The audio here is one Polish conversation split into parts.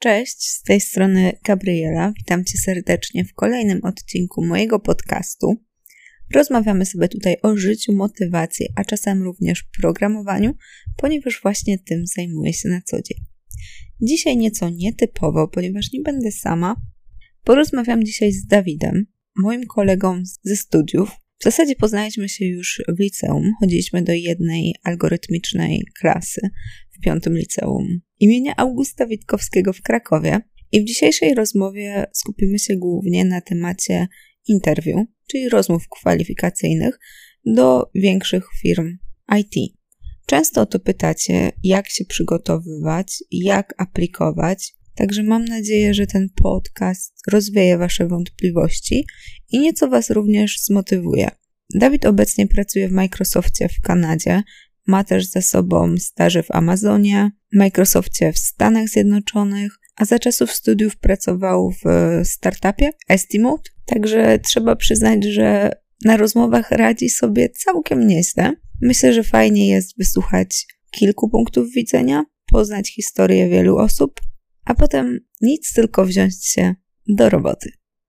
Cześć, z tej strony Gabriela. Witam Cię serdecznie w kolejnym odcinku mojego podcastu. Rozmawiamy sobie tutaj o życiu, motywacji, a czasem również programowaniu, ponieważ właśnie tym zajmuję się na co dzień. Dzisiaj nieco nietypowo, ponieważ nie będę sama. Porozmawiam dzisiaj z Dawidem, moim kolegą ze studiów. W zasadzie poznaliśmy się już w liceum. Chodziliśmy do jednej algorytmicznej klasy w 5. liceum imienia Augusta Witkowskiego w Krakowie. I w dzisiejszej rozmowie skupimy się głównie na temacie interview, czyli rozmów kwalifikacyjnych do większych firm IT. Często o to pytacie, jak się przygotowywać, jak aplikować. Także mam nadzieję, że ten podcast rozwieje Wasze wątpliwości i nieco Was również zmotywuje. Dawid obecnie pracuje w Microsoftie w Kanadzie, ma też za sobą staże w Amazonie, Microsoftie w Stanach Zjednoczonych, a za czasów studiów pracował w startupie Estimate, także trzeba przyznać, że na rozmowach radzi sobie całkiem nieźle. Myślę, że fajnie jest wysłuchać kilku punktów widzenia, poznać historię wielu osób, a potem nic, tylko wziąć się do roboty.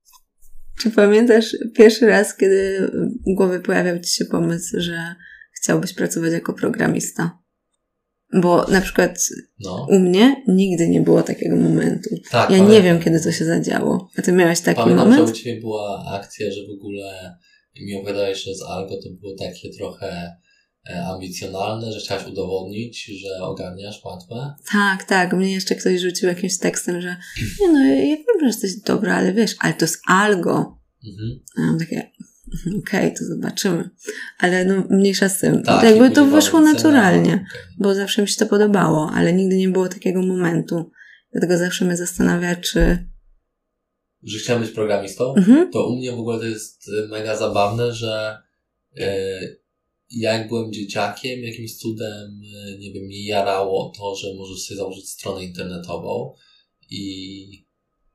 Czy pamiętasz pierwszy raz, kiedy w głowie pojawiał Ci się pomysł, że chciałbyś pracować jako programista? Bo na przykład u mnie nigdy nie było takiego momentu. Tak, ja nie wiem, kiedy to się zadziało. A Ty miałeś taki moment? Pamiętam, że u Ciebie była akcja, że w ogóle mi opowiadałeś, że z Algo to było takie trochę ambicjonalne, że chciałaś udowodnić, że ogarniasz łatwe. Tak. Mnie jeszcze ktoś rzucił jakimś tekstem, że nie no, ja wiem, że jesteś dobra, ale wiesz, ale to jest Algo. A ja mam takie, okej, to zobaczymy. Ale no, mniejsza z tym. Tak, jakby to wyszło naturalnie, bo zawsze mi się to podobało, ale nigdy nie było takiego momentu. Dlatego zawsze mnie zastanawia, czy... Że chciałem być programistą? To u mnie w ogóle to jest mega zabawne, że ja jak byłem dzieciakiem, jakimś cudem, nie wiem, mnie jarało to, że możesz sobie założyć stronę internetową i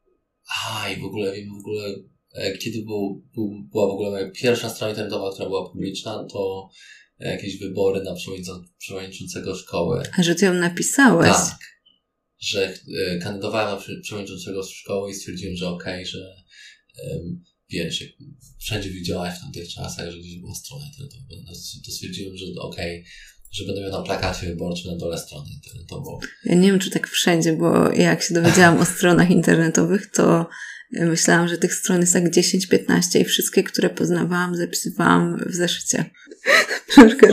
w ogóle wiem, kiedy była w ogóle moja pierwsza strona internetowa, która była publiczna, to jakieś wybory na przewodniczącego szkoły. A że Ty ją napisałeś? Tak, że kandydowałem na przewodniczącego szkoły i stwierdziłem, że okej, że wiesz, jak wszędzie widziałaś w tamtych czasach, że gdzieś była strona internetowa, to stwierdziłem, że że będę miał na plakacie wyborczym na dole stronę internetową. Ja nie wiem, czy tak wszędzie, bo jak się dowiedziałam o stronach internetowych, to myślałam, że tych stron jest tak 10-15 i wszystkie, które poznawałam, zapisywałam w zeszycie. Na przykład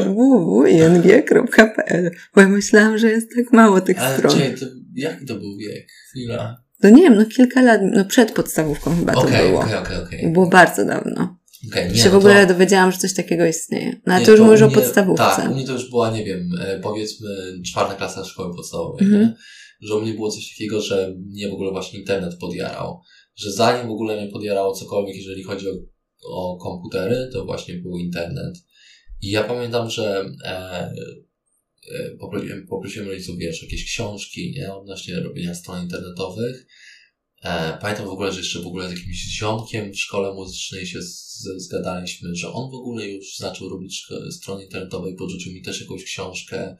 www.ing.pl, bo ja myślałam, że jest tak mało tych stron. Ale jaki to był wiek? Chwila. No nie wiem, kilka lat, przed podstawówką chyba to było. Okej. Było bardzo dawno. Się w ogóle dowiedziałam, że coś takiego istnieje. No ale to już mówisz o podstawówce. Tak, u mnie to już była, nie wiem, powiedzmy 4. klasa szkoły podstawowej, nie? Że u mnie było coś takiego, że mnie w ogóle właśnie internet podjarał. Że zanim w ogóle mnie podjarało cokolwiek, jeżeli chodzi o komputery, to właśnie był internet. I ja pamiętam, że poprosiłem rodziców, wiesz, jakieś książki, nie? Odnośnie robienia stron internetowych. Pamiętam w ogóle, że jeszcze w ogóle z jakimś ziomkiem w szkole muzycznej się zgadaliśmy, że on w ogóle już zaczął robić strony internetowe i podrzucił mi też jakąś książkę.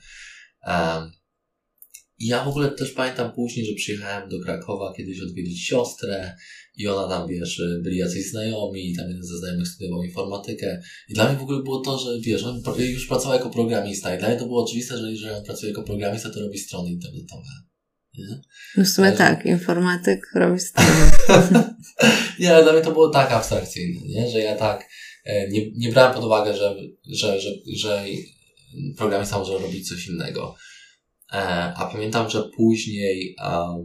I ja w ogóle też pamiętam później, że przyjechałem do Krakowa kiedyś odwiedzić siostrę i ona tam, wiesz, byli jacyś znajomi i tam jeden ze znajomych studiował informatykę. I dla mnie w ogóle było to, że wiesz, on już pracował jako programista i dla mnie to było oczywiste, że jeżeli on pracuje jako programista, to robi strony internetowe. Nie? No w sumie tak, informatyk robi strony. Nie, ale dla mnie to było tak abstrakcyjne, nie? Że ja tak nie brałem pod uwagę, że programista może robić coś innego. A pamiętam, że później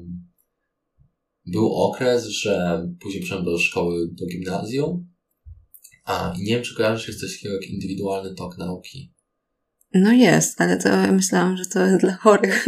był okres, że później przyszedłem do szkoły, do gimnazjum i nie wiem, czy kojarzysz się z coś takiego jak indywidualny tok nauki. No jest, ale to ja myślałam, że to jest dla chorych.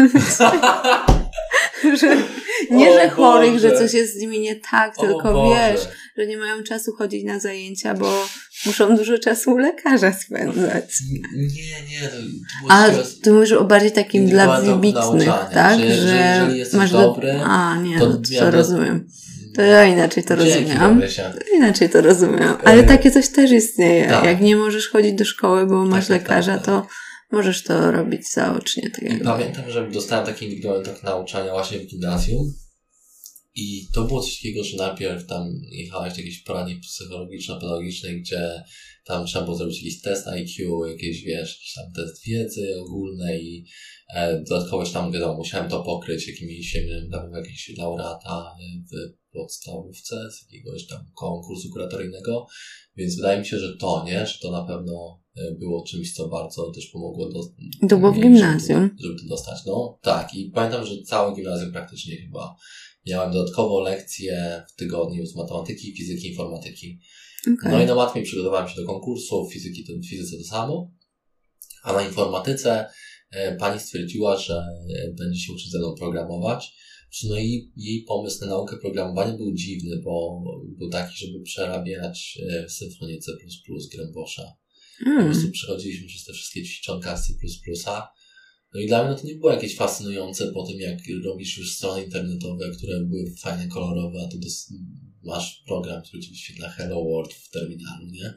Że chorych, że coś jest z nimi nie tak, tylko wiesz, że nie mają czasu chodzić na zajęcia, bo muszą dużo czasu u lekarza spędzać. Nie. A ty mówisz o bardziej takim dla wybitnych, tak? Że jeżeli jesteś masz dobry, to rozumiem. To ja inaczej to rozumiem. Ale takie coś też istnieje. Tak. Jak nie możesz chodzić do szkoły, bo masz lekarza, to możesz to robić zaocznie. Tak jak pamiętam, że dostałem taki indywidualny tok nauczania właśnie w gimnazjum I to było coś takiego, że najpierw tam jechałeś do jakiejś poradni psychologiczno-pedagogicznej, gdzie tam trzeba było zrobić jakiś test IQ, jakiś tam test wiedzy ogólnej i dodatkowo tam, wiadomo, musiałem to pokryć jakimiś, nie wiem, tam jakiegoś laureata w podstawówce z jakiegoś tam konkursu kuratoryjnego, więc wydaje mi się, że to na pewno było czymś, co bardzo też pomogło to było w gimnazjum. Żeby to dostać. No tak, i pamiętam, że całe gimnazjum praktycznie chyba miałem dodatkowo lekcje w tygodniu z matematyki, fizyki, informatyki. Okay. No i na matmie przygotowałem się do konkursu, w fizyce to samo, a na informatyce pani stwierdziła, że będzie się uczyć ze mną programować. No i jej pomysł na naukę programowania był dziwny, bo był taki, żeby przerabiać symfonię C++, Grambosza. Po prostu przechodziliśmy przez te wszystkie ćwiczonka z C++. No i dla mnie to nie było jakieś fascynujące po tym, jak robisz już strony internetowe, które były fajne, kolorowe, a tu masz program, który ci wyświetla Hello World w terminalu, nie?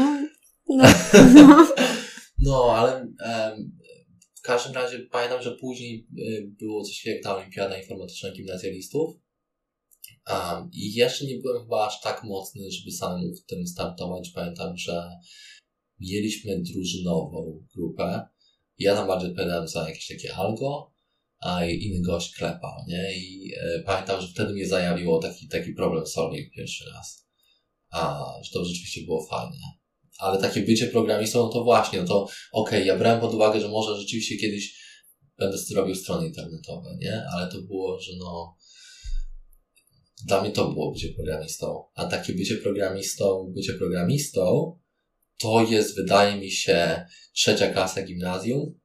No, ale w każdym razie pamiętam, że później było coś jak ta olimpiada informatyczna gimnazjalistów i jeszcze nie byłem chyba aż tak mocny, żeby samemu w tym startować. Pamiętam, że mieliśmy drużynową grupę. Ja tam bardziej odpowiadałem za jakieś takie algo, a inny gość klepał, nie? I pamiętam, że wtedy mnie zajawiło taki problem solving pierwszy raz. Że to rzeczywiście było fajne. Ale takie bycie programistą, no to właśnie, no to okej, ja brałem pod uwagę, że może rzeczywiście kiedyś będę robił strony internetowe, nie? Ale to było, że dla mnie to było bycie programistą. A takie bycie programistą to jest, wydaje mi się, 3. klasa gimnazjum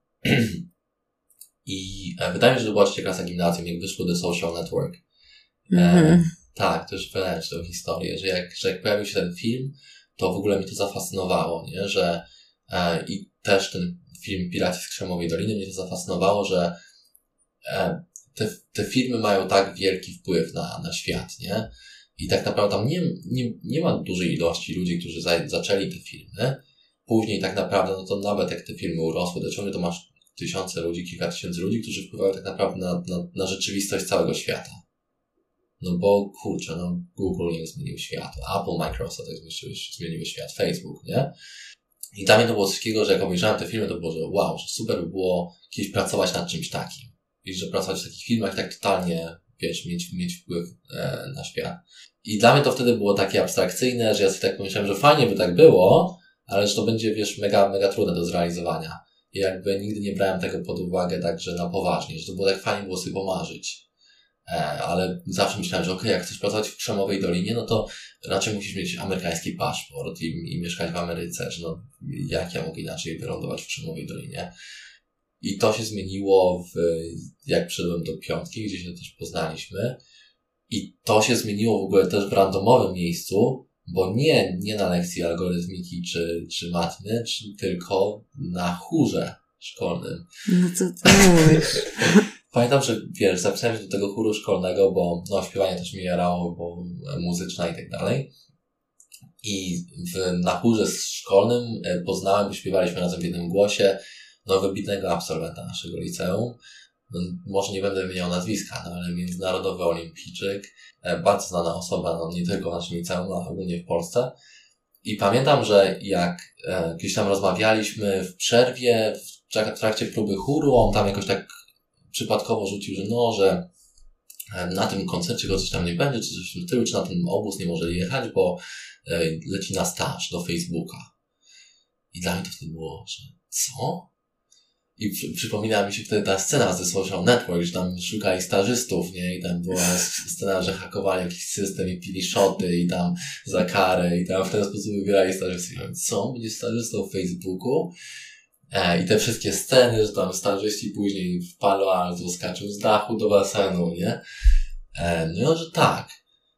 i wydaje mi się, że to była 3. klasa gimnazjum, jak wyszło The Social Network. Tak, to już wydaje tą historię, że jak pojawił się ten film, to w ogóle mi to zafascynowało, nie? Że i też ten film Piraci z Krzemowej Doliny mnie to zafascynowało, że te filmy mają tak wielki wpływ na świat, nie? I tak naprawdę tam nie ma dużej ilości ludzi, którzy zaczęli te filmy. Później tak naprawdę, no to nawet jak te filmy urosły, to ciągle to masz tysiące ludzi, kilka tysięcy ludzi, którzy wpływają tak naprawdę na rzeczywistość całego świata. No bo kurczę, Google zmienił świat, Apple, Microsoft zmieniły świat, Facebook, nie? I dla mnie to było coś takiego, że jak obejrzałem te filmy, to było, że wow, że super by było kiedyś pracować nad czymś takim. I że pracować w takich filmach i tak totalnie, mieć wpływ na świat. I dla mnie to wtedy było takie abstrakcyjne, że ja sobie tak pomyślałem, że fajnie by tak było, ale że to będzie, mega, mega trudne do zrealizowania. I jakby nigdy nie brałem tego pod uwagę tak, że na poważnie, że to było tak fajnie było sobie pomarzyć. Ale zawsze myślałem, że jak chcesz pracować w Krzemowej Dolinie, no to raczej musisz mieć amerykański paszport i mieszkać w Ameryce, że jak ja mogę inaczej wylądować w Krzemowej Dolinie. I to się zmieniło jak przyszedłem do 5, gdzie się też poznaliśmy. I to się zmieniło w ogóle też w randomowym miejscu, bo nie na lekcji algorytmiki czy matmy, tylko na chórze szkolnym. No co ty mówisz? Pamiętam, że zapisałem się do tego chóru szkolnego, bo śpiewanie też mnie jarało, bo muzyczna i tak dalej. I na chórze szkolnym poznałem, bo śpiewaliśmy razem w jednym głosie, wybitnego absolwenta naszego liceum. Może nie będę wymieniał nazwiska, ale międzynarodowy olimpijczyk, bardzo znana osoba, nie tylko w naszym liceum, ale ogólnie w Polsce. I pamiętam, że jak gdzieś tam rozmawialiśmy w przerwie, w trakcie próby chóru, on tam jakoś tak przypadkowo rzucił, że na tym koncercie go coś tam nie będzie, czy coś w tym stylu, czy na ten obóz nie może jechać, bo leci na staż do Facebooka. I dla mnie to wtedy było, że co? I przypomina mi się wtedy ta scena ze Social Network, że tam szukali stażystów, nie? I tam była scena, że hakowali jakiś system i pili szoty i tam za karę i tam w ten sposób wybierali stażystów. I co? Będzie stażystą w Facebooku? I te wszystkie sceny, że tam stażyści później w Palo Alto skaczą z dachu do basenu, nie? No, że tak.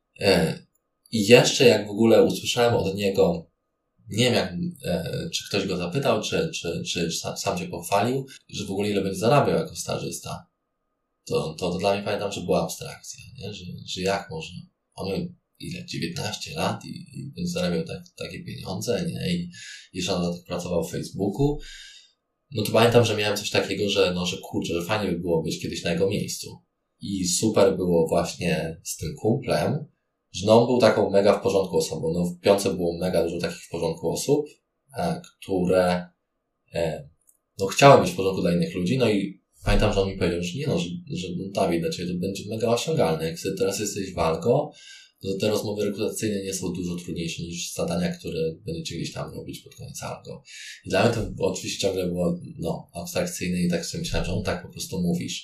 I jeszcze jak w ogóle usłyszałem od niego, nie wiem czy ktoś go zapytał, czy sam się pochwalił, że w ogóle ile będzie zarabiał jako stażysta. To dla mnie pamiętam, że była abstrakcja, nie? Że jak można. On miał 19 lat i będzie zarabiał takie pieniądze, nie? I jeszcze on pracował w Facebooku. No to pamiętam, że miałem coś takiego, że kurczę, że fajnie by było być kiedyś na jego miejscu. I super było właśnie z tym kumplem, że no on był taką mega w porządku osobą. No w piątce było mega dużo takich w porządku osób, które no chciały być w porządku dla innych ludzi, no i pamiętam, że on mi powiedział, że nie no, że no Dawid, dla Ciebie to będzie mega osiągalne. Jak teraz jesteś w Algo, to te rozmowy rekrutacyjne nie są dużo trudniejsze niż zadania, które będziecie gdzieś tam robić pod koniec Algo. I dla mnie to oczywiście ciągle było abstrakcyjne i tak sobie myślałem, że on tak po prostu mówisz.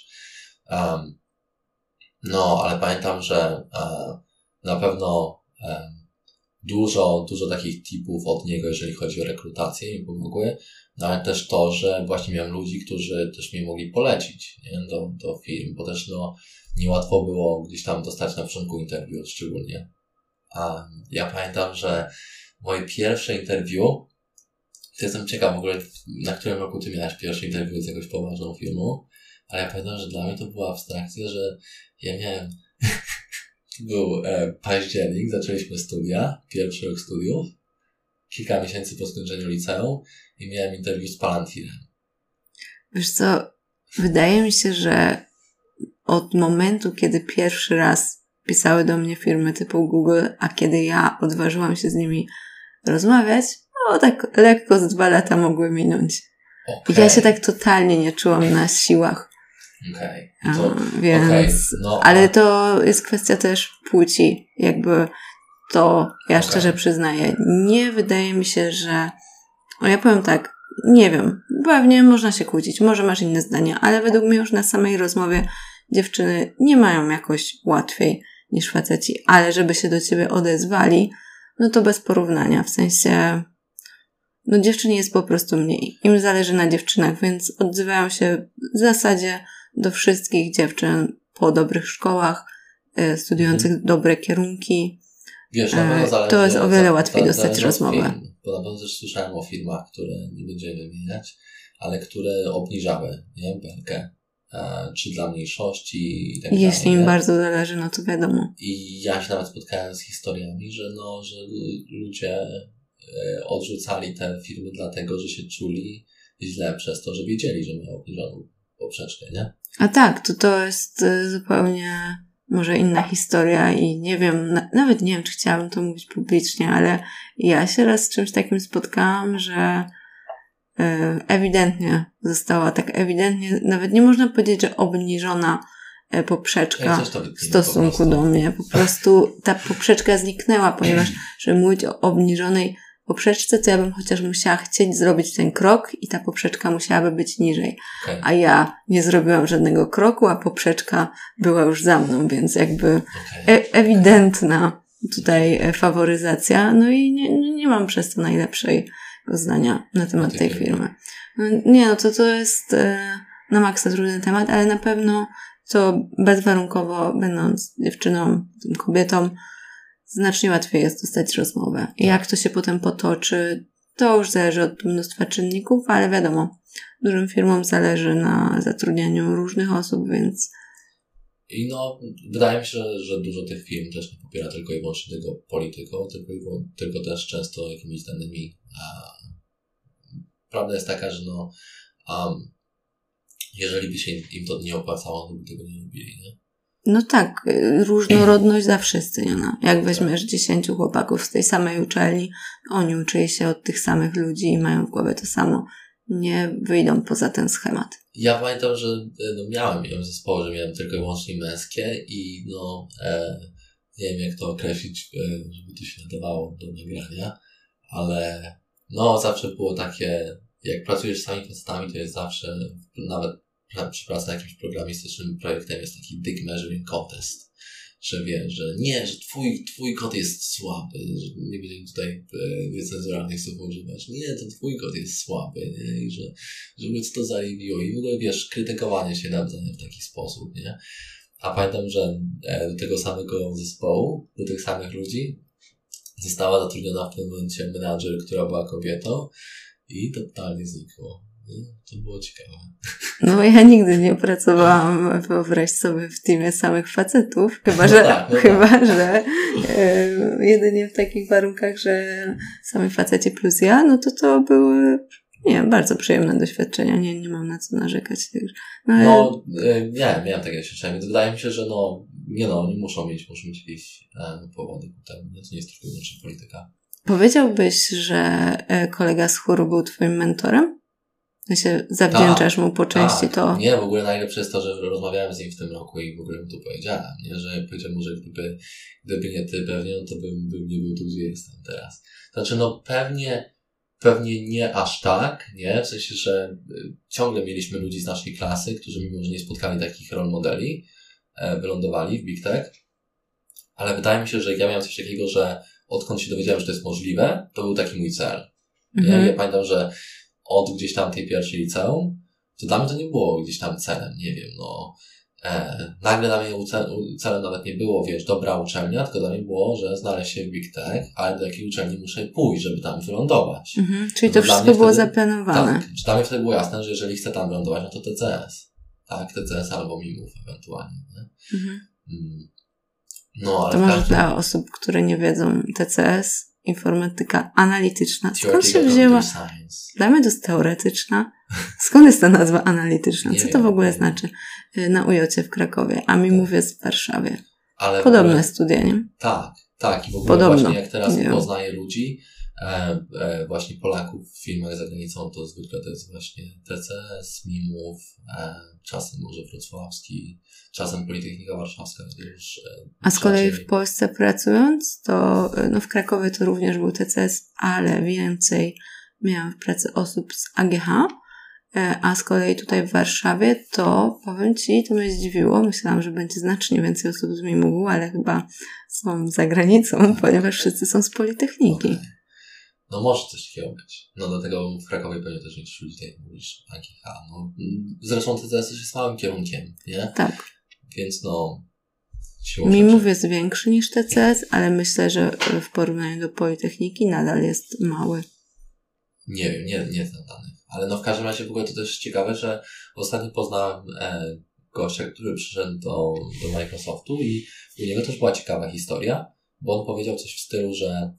No, ale pamiętam, że na pewno dużo takich tipów od niego, jeżeli chodzi o rekrutację, mi pomogły. No ale też to, że właśnie miałem ludzi, którzy też mnie mogli polecić, nie? Do firm, bo też niełatwo było gdzieś tam dostać na początku interwiu szczególnie. Ja pamiętam, że moje pierwsze interwiu, to jestem ciekaw w ogóle, na którym roku ty miałeś pierwsze interwiu z jakąś poważną firmą, ale ja pamiętam, że dla mnie to była abstrakcja, że ja miałem był październik, zaczęliśmy studia, pierwszy rok studiów, kilka miesięcy po skończeniu liceum i miałem interwiu z Palantirem. Wiesz co, wydaje mi się, że od momentu, kiedy pierwszy raz pisały do mnie firmy typu Google, a kiedy ja odważyłam się z nimi rozmawiać, no tak lekko z 2 lata mogły minąć. Okay. Ja się tak totalnie nie czułam na siłach. Okej. Więc, ale to jest kwestia też płci. Jakby to ja szczerze przyznaję. Nie wydaje mi się, że ja powiem tak, nie wiem, pewnie można się kłócić, może masz inne zdania, ale według mnie już na samej rozmowie dziewczyny nie mają jakoś łatwiej niż faceci, ale żeby się do ciebie odezwali, no to bez porównania, w sensie dziewczyn jest po prostu mniej. Im zależy na dziewczynach, więc odzywają się w zasadzie do wszystkich dziewczyn po dobrych szkołach, studiujących dobre kierunki. Wiesz, zależy, to jest o wiele łatwiej dostać rozmowę. Bo na pewno też słyszałem o firmach, które nie będziemy wymieniać, ale które obniżały, belkę, czy dla mniejszości i tak dalej. Jeśli im bardzo zależy, no to wiadomo. I ja się nawet spotkałem z historiami, że ludzie odrzucali te firmy dlatego, że się czuli źle przez to, że wiedzieli, że mają obniżoną poprzeczkę, nie? A tak, to jest zupełnie może inna historia i nie wiem, nawet nie wiem, czy chciałabym to mówić publicznie, ale ja się raz z czymś takim spotkałam, że ewidentnie została tak ewidentnie, nawet nie można powiedzieć, że obniżona poprzeczka w stosunku do mnie. Po prostu ta poprzeczka zniknęła, ponieważ żeby mówić o obniżonej poprzeczce, to ja bym chociaż musiała chcieć zrobić ten krok i ta poprzeczka musiałaby być niżej. Okay. A ja nie zrobiłam żadnego kroku, a poprzeczka była już za mną, więc jakby ewidentna tutaj faworyzacja. No i nie mam przez to najlepszego zdania na temat tej firmy. To jest na maksa trudny temat, ale na pewno to bezwarunkowo, będąc dziewczyną, kobietą, znacznie łatwiej jest dostać rozmowę. I jak to się potem potoczy, to już zależy od mnóstwa czynników, ale wiadomo, dużym firmom zależy na zatrudnianiu różnych osób, więc... I wydaje mi się, że dużo tych firm też nie popiera tylko i wyłącznie tego polityką, tylko też często jakimiś danymi. Prawda jest taka, że jeżeli by się im to nie opłacało, to by tego nie robili, nie? No tak, różnorodność za wszyscy, nie? Jak weźmiesz 10 chłopaków z tej samej uczelni, oni uczyli się od tych samych ludzi i mają w głowie to samo. Nie wyjdą poza ten schemat. Ja pamiętam, że miałem zespoły, że miałem tylko i wyłącznie męskie i nie wiem jak to określić, żeby to się nadawało do nagrania, ale zawsze było takie, jak pracujesz z samymi facetami, to jest zawsze, nawet przy pracy nad jakimś programistycznym projektem jest taki dick measuring contest, że wiesz, że nie, że twój kod jest słaby, że nie będziemy tutaj niecenzuralnych słów używać, nie, to twój kod jest słaby, nie, i żeby co to zajebiło i w ogóle wiesz, krytykowanie się nawzajem w taki sposób, nie. A pamiętam, że do tego samego zespołu, do tych samych ludzi została zatrudniona w pewnym momencie menadżer, która była kobietą i totalnie znikło. To było ciekawe. Ja nigdy nie pracowałam, wyobraź sobie, w teamie samych facetów, chyba że jedynie w takich warunkach, że sami faceci plus ja, to były Nie, bardzo przyjemne doświadczenia, nie mam na co narzekać. Miałem takie doświadczenia, więc wydaje mi się, że nie muszą mieć jakieś powody ku temu, to nie jest tylko wyłącznie polityka. Powiedziałbyś, że kolega z chóru był twoim mentorem? Zawdzięczasz mu po części to? Nie, w ogóle najlepsze jest to, że rozmawiałem z nim w tym roku i w ogóle mu to powiedziałem, nie? Że powiedziałem mu, że gdyby nie ty pewnie, to bym nie był tu, gdzie jestem teraz. Znaczy, pewnie nie aż tak, nie? W sensie, że ciągle mieliśmy ludzi z naszej klasy, którzy mimo, że nie spotkali takich role modeli, wylądowali w Big Tech, ale wydaje mi się, że ja miałem coś takiego, że odkąd się dowiedziałem, że to jest możliwe, to był taki mój cel. Ja pamiętam, że od gdzieś tam tej pierwszej liceum, to dla mnie to nie było gdzieś tam celem, nie wiem, nagle dla mnie celem nawet nie było, dobra uczelnia, tylko dla mnie było, że znaleźć się w Big Tech, ale do jakiej uczelni muszę pójść, żeby tam wylądować. Czyli to wszystko było zaplanowane. Tak, dla mnie wtedy było jasne, że jeżeli chcę tam wylądować, to TCS. Tak, TCS albo MIMów ewentualnie. Ale to może dla osób, które nie wiedzą, TCS, informatyka analityczna. Skąd się wzięła? Dla mnie to jest teoretyczna. Skąd jest ta nazwa analityczna? Co to w ogóle znaczy? Na UJ w Krakowie, a MIMów jest w Warszawie. Ale podobne studia, nie? Tak. I w ogóle właśnie jak teraz poznaję ludzi, właśnie Polaków w firmach za granicą, to zwykle to jest właśnie TCS, MIMów, czasem może wrocławski, czasem Politechnika Warszawska. A z kolei w Polsce pracując, to w Krakowie to również był TCS, ale więcej miałam w pracy osób z AGH, a z kolei tutaj w Warszawie to, powiem Ci, to mnie zdziwiło. Myślałam, że będzie znacznie więcej osób z MIMU, ale chyba są za granicą, ponieważ wszyscy są z Politechniki. Okay. Może coś takiego być. Dlatego w Krakowie pewnie też większość ludzi, tak jak mówisz, AGH. Zresztą TCS też jest małym kierunkiem, nie? Tak. Więc MIMów jest większy niż TCS, ale myślę, że w porównaniu do Politechniki nadal jest mały. Nie wiem, nie znam danych. Ale w każdym razie w ogóle to też ciekawe, że ostatnio poznałem gościa, który przyszedł do Microsoftu i u niego też była ciekawa historia, bo on powiedział coś w stylu,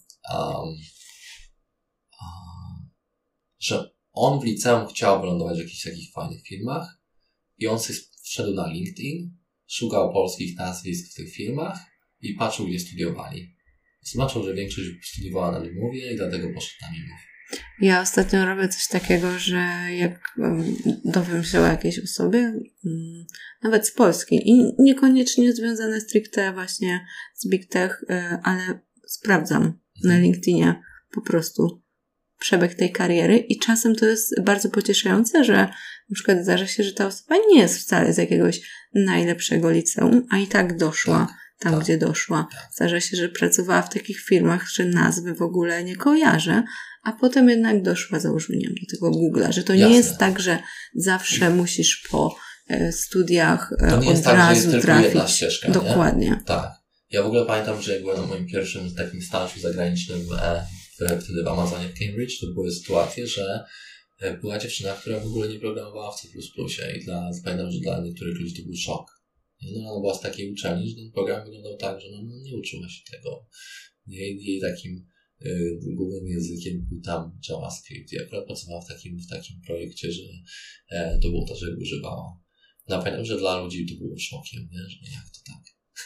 że on w liceum chciał wylądować w jakichś takich fajnych firmach i on sobie wszedł na LinkedIn, szukał polskich nazwisk w tych firmach i patrzył, gdzie studiowali. Zobaczył, że większość studiowała na MIMowie i dlatego poszedł na MIMów. Ja ostatnio robię coś takiego, że jak dowiem się o jakiejś osobie, nawet z Polski i niekoniecznie związane stricte właśnie z Big Tech, ale sprawdzam na LinkedInie po prostu przebieg tej kariery i czasem to jest bardzo pocieszające, że na przykład zdarza się, że ta osoba nie jest wcale z jakiegoś najlepszego liceum, a i tak doszła gdzie doszła. Zdarza się, że pracowała w takich firmach, że nazwy w ogóle nie kojarzę, a potem jednak doszła, załóżmy, do tego Google'a, że to nie jest tak, że zawsze musisz po studiach od razu trafić. Jedna ścieżka, dokładnie. Nie? Tak. Ja w ogóle pamiętam, że jak byłem na moim pierwszym takim stażu zagranicznym wtedy w Amazonie w Cambridge, to były sytuacje, że była dziewczyna, która w ogóle nie programowała w C++ i pamiętam, że dla niektórych ludzi to był szok. Ona była z takiej uczelni, że ten program wyglądał tak, że nie uczyła się tego. Jej takim głównym językiem był tam JavaScript. I akurat pracowała w takim projekcie, że to było to, że używała. Pamiętam, że dla ludzi to było szokiem, nie? Że jak to tak.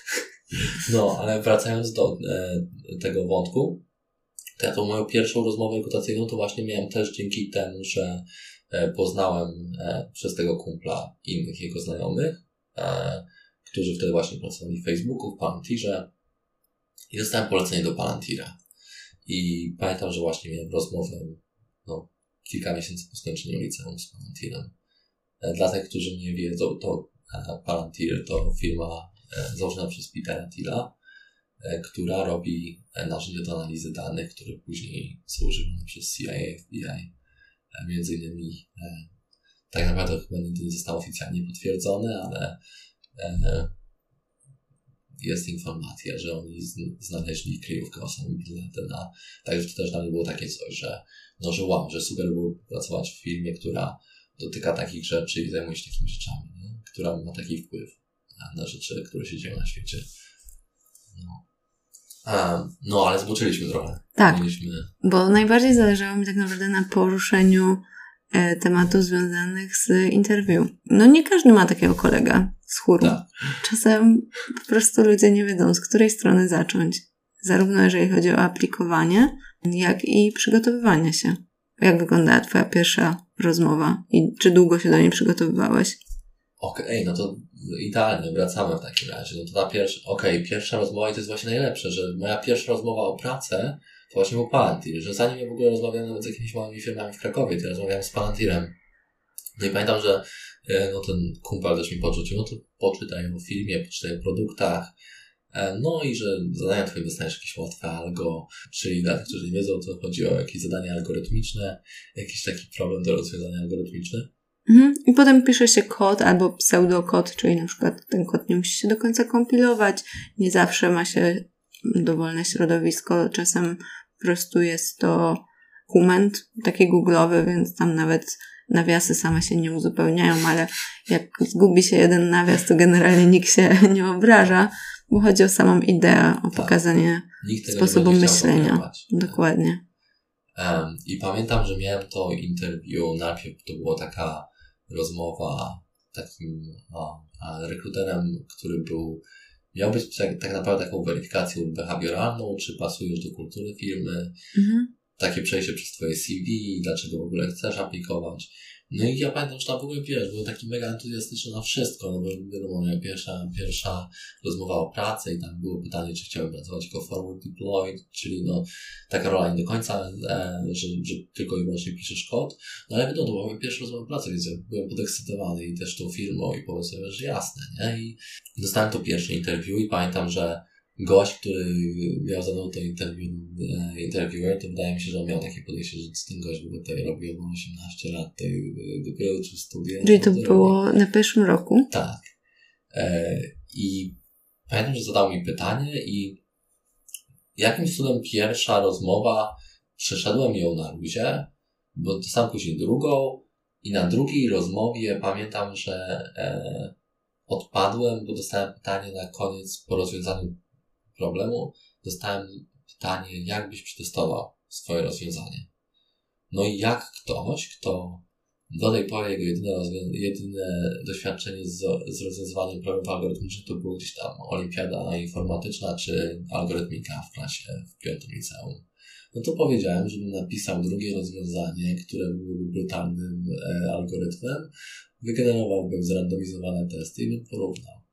Ale wracając do tego wątku, to ja tą moją pierwszą rozmowę rekrutacyjną to właśnie miałem też dzięki temu, że poznałem przez tego kumpla innych jego znajomych, którzy wtedy właśnie pracowali w Facebooku, w Palantirze i dostałem polecenie do Palantira. I pamiętam, że właśnie miałem rozmowę kilka miesięcy po skończeniu liceum z Palantirem. Dla tych, którzy nie wiedzą, to Palantir to firma założona przez Petera Thiela, która robi narzędzia do analizy danych, które później są używane przez CIA, FBI. Między innymi tak naprawdę chyba nigdy nie zostało oficjalnie potwierdzone, ale jest informacja, że oni znaleźli kryjówkę Osamy Bin Ladena. Także to też dla mnie było takie coś, że wow, że super było pracować w firmie, która dotyka takich rzeczy i zajmuje się takimi rzeczami, nie? Która ma taki wpływ na rzeczy, które się dzieją na świecie. Ale zboczyliśmy trochę. Tak, bo najbardziej zależało mi tak naprawdę na poruszeniu tematów związanych z interview. No nie każdy ma takiego kolegę z chóru. Tak. Czasem po prostu ludzie nie wiedzą, z której strony zacząć. Zarówno jeżeli chodzi o aplikowanie, jak i przygotowywanie się. Jak wyglądała twoja pierwsza rozmowa i czy długo się do niej przygotowywałeś? Okej, no to idealnie, wracamy w takim razie. No to pierwsza rozmowa i to jest właśnie najlepsze, że moja pierwsza rozmowa o pracę to właśnie był Palantir, że zanim ja w ogóle rozmawiałem nawet z jakimiś małymi firmami w Krakowie, to ja rozmawiałem z Palantirem. No i pamiętam, że ten kumpel też mi podrzucił, no to poczytaj o filmie, poczytaj o produktach, no i że zadania twoje dostaniesz jakieś łatwe algo, czyli dla tych, którzy nie wiedzą, to chodzi o jakieś zadania algorytmiczne, jakiś taki problem do rozwiązania algorytmiczny. I potem pisze się kod albo pseudokod, czyli na przykład ten kod nie musi się do końca kompilować, nie zawsze ma się dowolne środowisko, czasem po prostu jest to dokument taki googlowy, więc tam nawet nawiasy same się nie uzupełniają, ale jak zgubi się jeden nawias, to generalnie nikt się nie obraża, bo chodzi o samą ideę, o pokazanie sposobu myślenia. Dokładnie. I pamiętam, że miałem to interview, najpierw to była taka rozmowa takim rekruterem, który miał być tak naprawdę taką weryfikacją behawioralną, czy pasujesz do kultury firmy, takie przejście przez twoje CV, dlaczego w ogóle chcesz aplikować. No i ja pamiętam, że tam w ogóle, byłem taki mega entuzjastyczny na wszystko, no bo wiadomo, moja pierwsza rozmowa o pracy i tam było pytanie, czy chciałem pracować jako forward deployed, czyli taka rola nie do końca, że tylko i wyłącznie piszesz kod, no ale wiadomo, to była moja pierwsza rozmowa o pracy, więc ja byłem podekscytowany i też tą firmą i pomyślałem sobie, że jasne, nie? I dostałem to pierwsze interview i pamiętam, że gość, który miał ze mną to interviewer, to wydaje mi się, że on miał takie podejście, że ten gość w ogóle tutaj robił 18 lat, dopiero uczył studia. Czyli to było na pierwszym roku? Tak. I pamiętam, że zadał mi pytanie i jakimś cudem pierwsza rozmowa, przeszedłem ją na luzie, bo dostałem później drugą i na drugiej rozmowie pamiętam, że odpadłem, bo dostałem pytanie na koniec po rozwiązaniu problemu, dostałem pytanie, jak byś przetestował swoje rozwiązanie. No i jak ktoś, kto do tej pory jego jedyne doświadczenie z rozwiązywaniem problemów algorytmicznych to było gdzieś tam olimpiada informatyczna czy algorytmika w klasie w 5. liceum. No to powiedziałem, żebym napisał drugie rozwiązanie, które byłoby brutalnym algorytmem, wygenerowałbym zrandomizowane testy i bym porównał.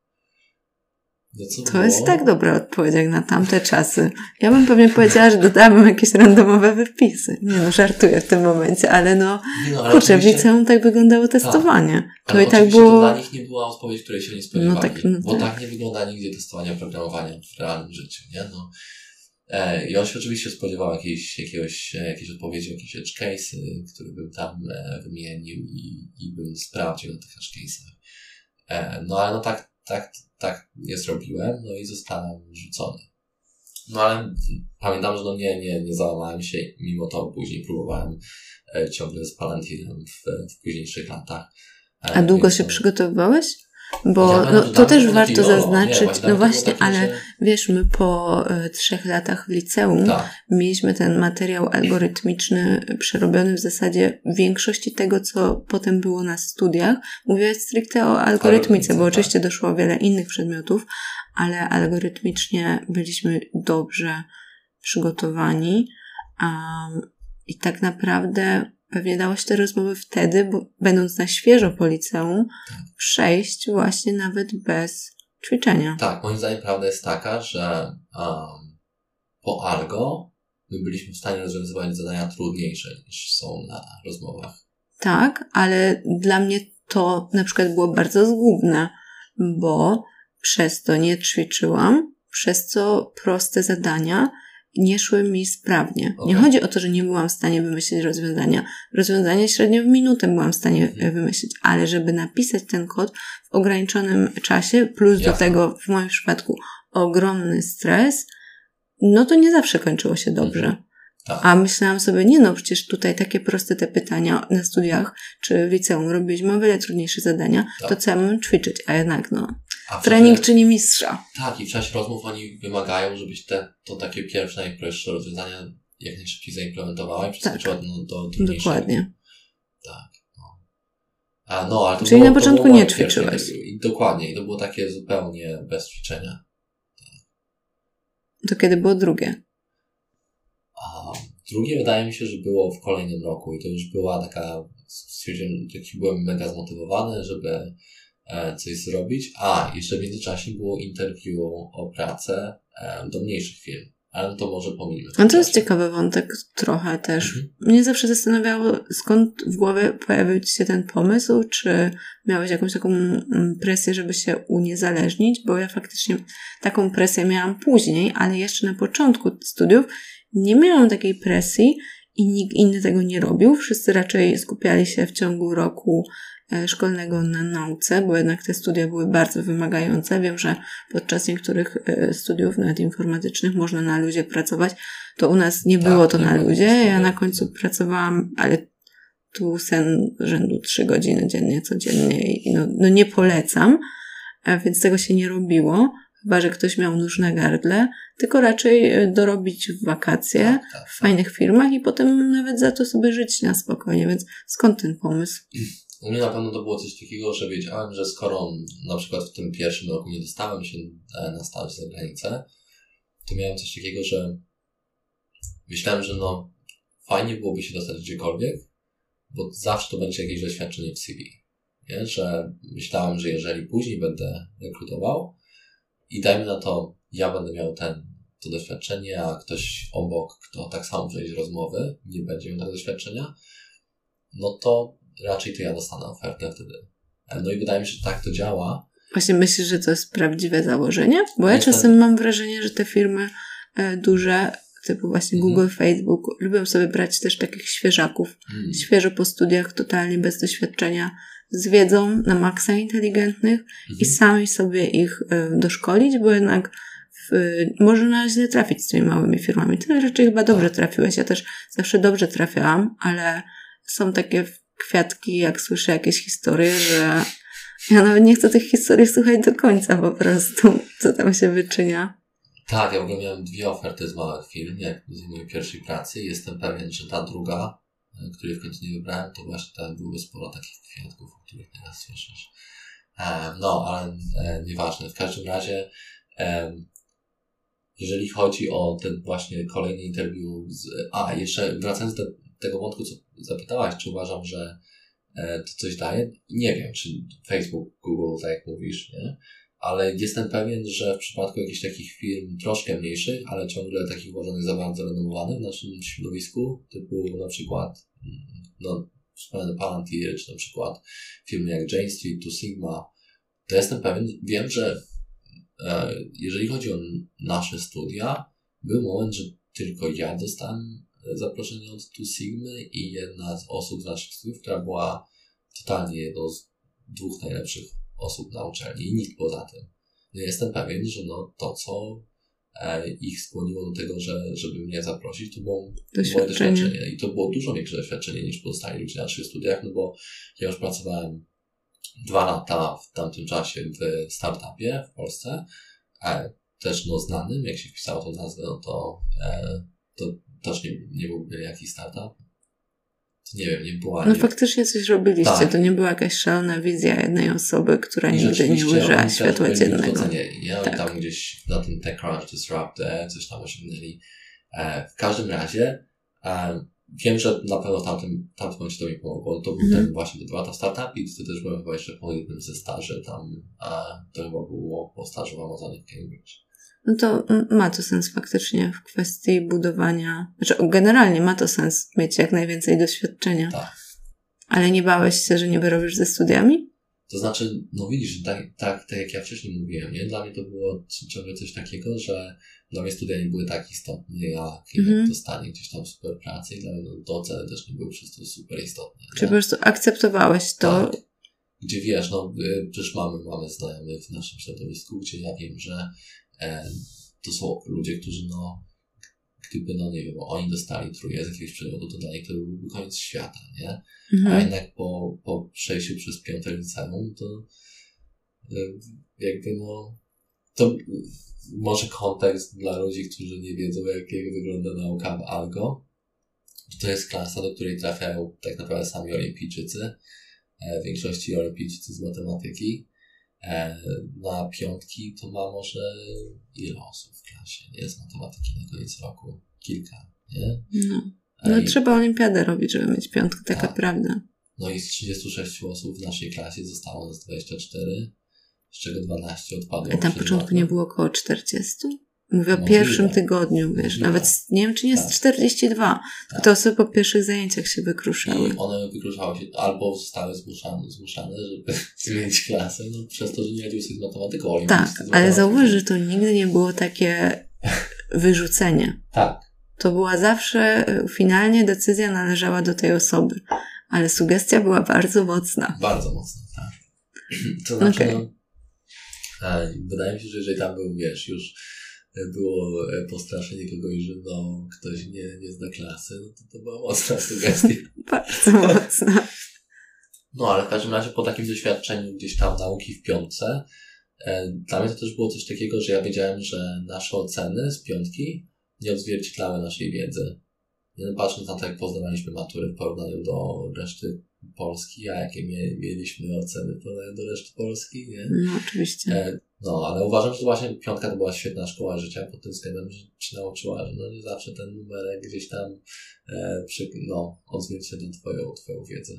To jest tak dobra odpowiedź jak na tamte czasy. Ja bym pewnie powiedziała, że dodałabym jakieś randomowe wypisy. Żartuję w tym momencie, ale kurczę, w liceum tak wyglądało testowanie. Tak. To i tak było... to dla nich nie była odpowiedź, której się nie spodziewali. Bo tak nie wygląda nigdzie testowanie oprogramowania w realnym życiu, nie? I on się oczywiście spodziewał jakiejś odpowiedzi, jakieś edge case'y, które bym tam wymienił i bym sprawdził na tych edge case'ach. Ale tak nie zrobiłem, no i zostałem rzucony. No ale pamiętam, że nie załamałem się, mimo to później próbowałem ciągle z Palantirem w późniejszych latach. A długo się przygotowywałeś? Bo to też warto zaznaczyć, ale wiesz, my po 3 latach w liceum mieliśmy ten materiał algorytmiczny przerobiony w zasadzie w większości tego, co potem było na studiach. Mówiłaś stricte o algorytmice, bo oczywiście doszło o wiele innych przedmiotów, ale algorytmicznie byliśmy dobrze przygotowani i tak naprawdę pewnie dało się te rozmowy wtedy, bo będąc na świeżo po liceum, przejść właśnie nawet bez ćwiczenia. Tak, moim zdaniem prawda jest taka, że po algo my byliśmy w stanie rozwiązywać zadania trudniejsze niż są na rozmowach. Tak, ale dla mnie to na przykład było bardzo zgubne, bo przez to nie ćwiczyłam, przez co proste zadania nie szły mi sprawnie. Okay. Nie chodzi o to, że nie byłam w stanie wymyślić rozwiązania. Rozwiązanie średnio w minutę byłam w stanie wymyślić, ale żeby napisać ten kod w ograniczonym czasie, plus do tego w moim przypadku ogromny stres, no to nie zawsze kończyło się dobrze. Tak. A myślałam sobie, przecież tutaj takie proste te pytania na studiach, czy w liceum robiliśmy o wiele trudniejsze zadania, to co ja mam ćwiczyć, a jednak trening czyni mistrza. Tak, i w czasie rozmów oni wymagają, żebyś to takie pierwsze, najprostsze rozwiązania jak najszybciej zaimplementowała i przeskoczyła do trudniejszego. Dokładnie. Tak. Ale to Czyli było, na początku nie ćwiczyłeś. Dokładnie. I to było takie zupełnie bez ćwiczenia. To kiedy było drugie? A drugie wydaje mi się, że było w kolejnym roku i to już była taka, stwierdziłem, byłem mega zmotywowany, żeby coś zrobić. Jeszcze w międzyczasie było interview o pracę do mniejszych firm. Ale to może pomijmy. No to jest ciekawy wątek trochę też. Mnie zawsze zastanawiało, skąd w głowie pojawił ci się ten pomysł, czy miałeś jakąś taką presję, żeby się uniezależnić, bo ja faktycznie taką presję miałam później, ale jeszcze na początku studiów nie miałam takiej presji i nikt inny tego nie robił. Wszyscy raczej skupiali się w ciągu roku szkolnego na nauce, bo jednak te studia były bardzo wymagające. Wiem, że podczas niektórych studiów, nawet informatycznych, można na luzie pracować. To u nas nie było to na luzie. Ja na końcu pracowałam, ale tu sen rzędu 3 godziny dziennie, codziennie i no nie polecam, więc tego się nie robiło. Chyba że ktoś miał nóż na gardle, tylko raczej dorobić w wakacje w fajnych firmach i potem nawet za to sobie żyć na spokojnie, więc skąd ten pomysł? U mnie na pewno to było coś takiego, że wiedziałem, że skoro na przykład w tym pierwszym roku nie dostałem się na staż za granicę, to miałem coś takiego, że myślałem, że fajnie byłoby się dostać gdziekolwiek, bo zawsze to będzie jakieś doświadczenie w CV. Nie? Że myślałem, że jeżeli później będę rekrutował i dajmy na to, ja będę miał to doświadczenie, a ktoś obok, kto tak samo przejdzie rozmowy, nie będzie miał tego doświadczenia, to raczej to ja dostanę ofertę wtedy. No i wydaje mi się, że tak to działa. Właśnie myślisz, że to jest prawdziwe założenie? Bo ja czasem mam wrażenie, że te firmy duże, typu właśnie Google, Facebook, lubią sobie brać też takich świeżaków. Świeżo po studiach, totalnie bez doświadczenia, z wiedzą na maksa inteligentnych i sami sobie ich doszkolić, bo jednak można źle trafić z tymi małymi firmami. Ty raczej chyba dobrze trafiłeś. Ja też zawsze dobrze trafiałam, ale są takie kwiatki, jak słyszę jakieś historie, że ja nawet nie chcę tych historii słuchać do końca po prostu, co tam się wyczynia. Tak, ja w ogóle miałem 2 oferty z małych firm, jak z mojej pierwszej pracy. Jestem pewien, że ta druga, której w końcu nie wybrałem, to właśnie tam byłoby sporo takich kwiatków, o których teraz słyszysz. Ale nieważne. W każdym razie, jeżeli chodzi o ten właśnie kolejny interview jeszcze wracając do tego wątku, co zapytałaś, czy uważam, że to coś daje? Nie wiem, czy Facebook, Google, tak jak mówisz, nie? Ale jestem pewien, że w przypadku jakichś takich firm troszkę mniejszych, ale ciągle takich uważanych za bardzo renomowanych w naszym środowisku, typu na przykład wspomniany Palantir, czy na przykład firmy jak Jane Street, Two Sigma, to jestem pewien, wiem, że jeżeli chodzi o nasze studia, był moment, że tylko ja dostałem zaproszenie od Two Sigmy i jedna z osób z naszych studiów, która była totalnie jedną z 2 najlepszych osób na uczelni i nikt poza tym. Jestem pewien, że to, co ich skłoniło do tego, żeby mnie zaprosić, to było moje doświadczenie. I to było dużo większe doświadczenie niż pozostali ludzie na naszych studiach, bo ja już pracowałem 2 lata w tamtym czasie w startupie w Polsce, też znanym, jak się wpisało tą nazwę, to też nie byłby jakiś startup. To nie wiem, nie była... faktycznie coś robiliście, tak. To nie była jakaś szalona wizja jednej osoby, która nigdy nie ujrzała światła dziennego. Tak. Tam gdzieś na tym TechCrunch, Disrupt, coś tam osiągnęli. W każdym razie wiem, że na pewno w tamtym momencie to mi pomogło. To był ten właśnie 2 lata startup i to też byłem chyba jeszcze po jednym ze staży tam, to chyba było po stażu w Amazonie w Cambridge. No to ma to sens faktycznie w kwestii budowania, generalnie ma to sens mieć jak najwięcej doświadczenia. Tak. Ale nie bałeś się, że nie wyrobisz ze studiami? To znaczy, widzisz, tak jak ja wcześniej mówiłem, nie? Dla mnie to było ciągle coś takiego, że dla mnie studia nie były tak istotne, jak dostanie gdzieś tam super pracy i dla mnie to oceny też nie były przez to super istotne. Czy po prostu akceptowałeś to? Tak. Gdzie wiesz, przecież mamy znajomych w naszym środowisku, gdzie ja wiem, że to są ludzie, którzy gdyby, nie wiem, oni dostali trójkę z jakiegoś przedmiotu, to dla nich to byłby koniec świata, nie? A jednak po przejściu przez 5. liceum, to jakby to może kontekst dla ludzi, którzy nie wiedzą, jak wygląda nauka w Algo. To jest klasa, do której trafiają tak naprawdę sami olimpijczycy. W większości olimpijczycy z matematyki. Na piątki to ma może ile osób w klasie, nie? Z matematyki na koniec roku? Kilka, nie? No trzeba olimpiadę robić, żeby mieć piątkę, taka prawda. No i z 36 osób w naszej klasie zostało nas 24, z czego 12 odpadło. A tam na początku nie było około 40? Mówię o pierwszym tygodniu, wiesz, nawet nie wiem, czy nie jest 42. Tylko te osoby po pierwszych zajęciach się wykruszały. I one wykruszały się, albo zostały zmuszane, żeby zmienić klasę, no przez to, że nie radziły sobie z matematyką. Tak, ale zauważ, że to nigdy nie było takie wyrzucenie. Tak. To była zawsze, finalnie decyzja należała do tej osoby. Ale sugestia była bardzo mocna. Bardzo mocna, tak. To znaczy, wydaje mi się, że jeżeli tam był, wiesz, już było postraszenie kogoś, że ktoś nie zna klasy, no to była mocna sugestia. Bardzo mocna. No, ale w każdym razie po takim doświadczeniu gdzieś tam nauki w piątce, dla mnie to też było coś takiego, że ja wiedziałem, że nasze oceny z piątki nie odzwierciedlały naszej wiedzy. Nie patrząc na to, jak poznawaliśmy matury w porównaniu do reszty Polski, a jakie mieliśmy oceny w porównaniu do reszty Polski, nie? No, oczywiście. No, ale uważam, że właśnie piątka to była świetna szkoła życia pod tym względem, że ci nauczyła, że no nie zawsze ten numerek gdzieś tam odzwierciedla twoją wiedzę.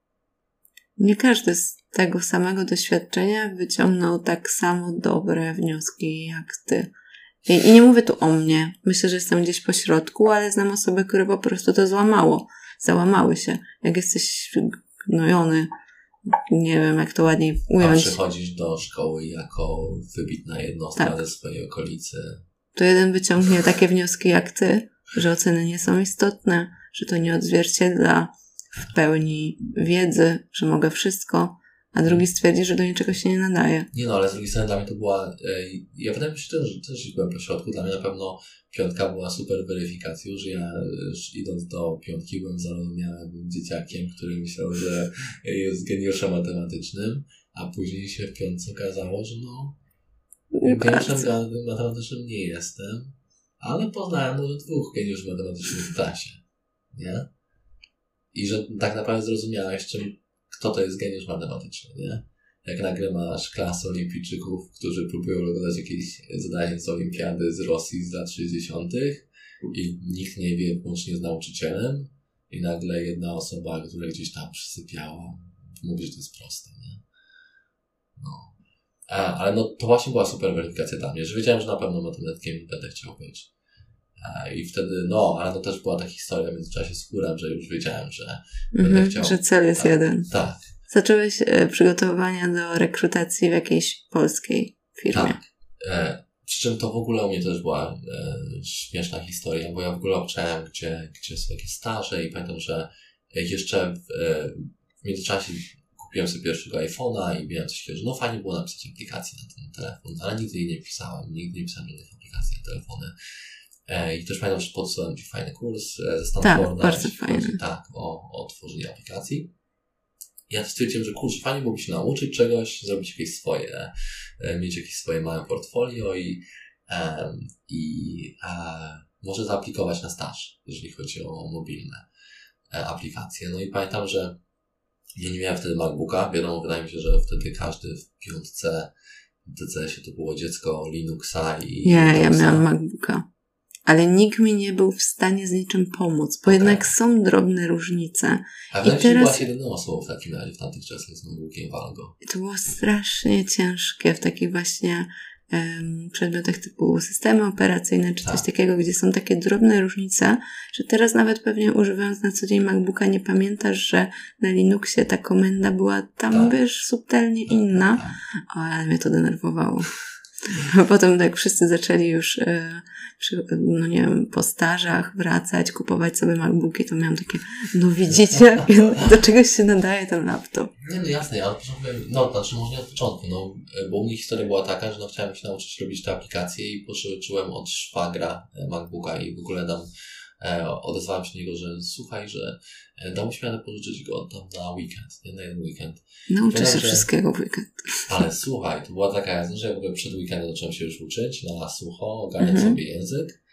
Nie każdy z tego samego doświadczenia wyciągnął tak samo dobre wnioski jak ty. I nie mówię tu o mnie. Myślę, że jestem gdzieś po środku, ale znam osoby, które po prostu to załamały się. Jak jesteś gnojony, nie wiem jak to ładniej ująć. A przychodzisz do szkoły jako wybitna jednostka ze swojej okolicy. To jeden wyciągnie takie wnioski jak ty, że oceny nie są istotne, że to nie odzwierciedla w pełni wiedzy, że mogę wszystko, a drugi stwierdzi, że do niczego się nie nadaje. Nie no, ale z drugiej strony dla mnie to była... Ja wydaje mi się, że też byłem po środku. Dla mnie na pewno piątka była super weryfikacją, że ja idąc do piątki byłem zarozumiałym dzieciakiem, który myślał, że jest geniuszem matematycznym, a później się w piątce okazało, że geniuszem matematycznym nie jestem, ale poznałem może 2 geniuszy matematycznych w klasie. Nie? I że tak naprawdę zrozumiałeś, kto to jest geniusz matematyczny, nie? Jak nagle masz klasę olimpijczyków, którzy próbują rozwiązać jakieś zadanie z olimpiady z Rosji z lat 60. i nikt nie wie, włącznie z nauczycielem, i nagle jedna osoba, która gdzieś tam przysypiała, mówi, że to jest proste, nie? No. Ale to właśnie była super weryfikacja dla mnie, że wiedziałem, że na pewno matematykiem będę chciał być. I wtedy, ale to też była ta historia w międzyczasie z chórem, że już wiedziałem, że będę chciał... Że cel jest jeden. Tak. Zacząłeś przygotowania do rekrutacji w jakiejś polskiej firmie. Tak. Przy czym to w ogóle u mnie też była śmieszna historia, bo ja w ogóle obczałem, gdzie są jakieś staże i pamiętam, że jeszcze w międzyczasie kupiłem sobie pierwszego iPhone'a i miałem coś takiego, że fajnie było napisać aplikację na ten telefon, ale nigdy jej nie pisałem, nigdy nie pisałem żadnych aplikacji na telefony. I też pamiętam, że podsyłałem Ci fajny kurs ze Stanforda. Tak, bardzo fajny. Tak, o tworzeniu aplikacji. Ja stwierdziłem, że kurczę, fajnie byłoby się nauczyć czegoś, zrobić jakieś swoje, mieć jakieś swoje małe portfolio i może zaaplikować na staż, jeżeli chodzi o mobilne aplikacje. No i pamiętam, że ja nie miałem wtedy MacBooka. Wiadomo, wydaje mi się, że wtedy każdy w piątce w DCS-ie to było dziecko Linuxa i... Ja miałam MacBooka. Ale nikt mi nie był w stanie z niczym pomóc, bo jednak są drobne różnice. A wydaje mi się, że byłaś jedyną osobą w takim razie w tamtych czasach z MacBookiem Walgo. To było strasznie ciężkie w takich właśnie przedmiotach typu systemy operacyjne czy coś takiego, gdzie są takie drobne różnice, że teraz nawet pewnie używając na co dzień MacBooka nie pamiętasz, że na Linuxie ta komenda była tam, wiesz, subtelnie inna. Ale mnie to denerwowało. Potem jak wszyscy zaczęli już po stażach wracać, kupować sobie MacBooki, to miałam takie, widzicie, do czegoś się nadaje ten laptop. Nie, jasne, ale znaczy może nie od początku, bo u mnie historia była taka, że chciałem się nauczyć robić te aplikacje i pożyczyłem od szwagra MacBooka i w ogóle odezwałem się do niego, że słuchaj, że dałbyś mi radę pożyczyć go tam na weekend, nie na jeden weekend. Nauczę się wszystkiego w weekend. Ale słuchaj, to była taka jazda, że ja w ogóle przed weekendem zacząłem się już uczyć na sucho, ogarniać sobie język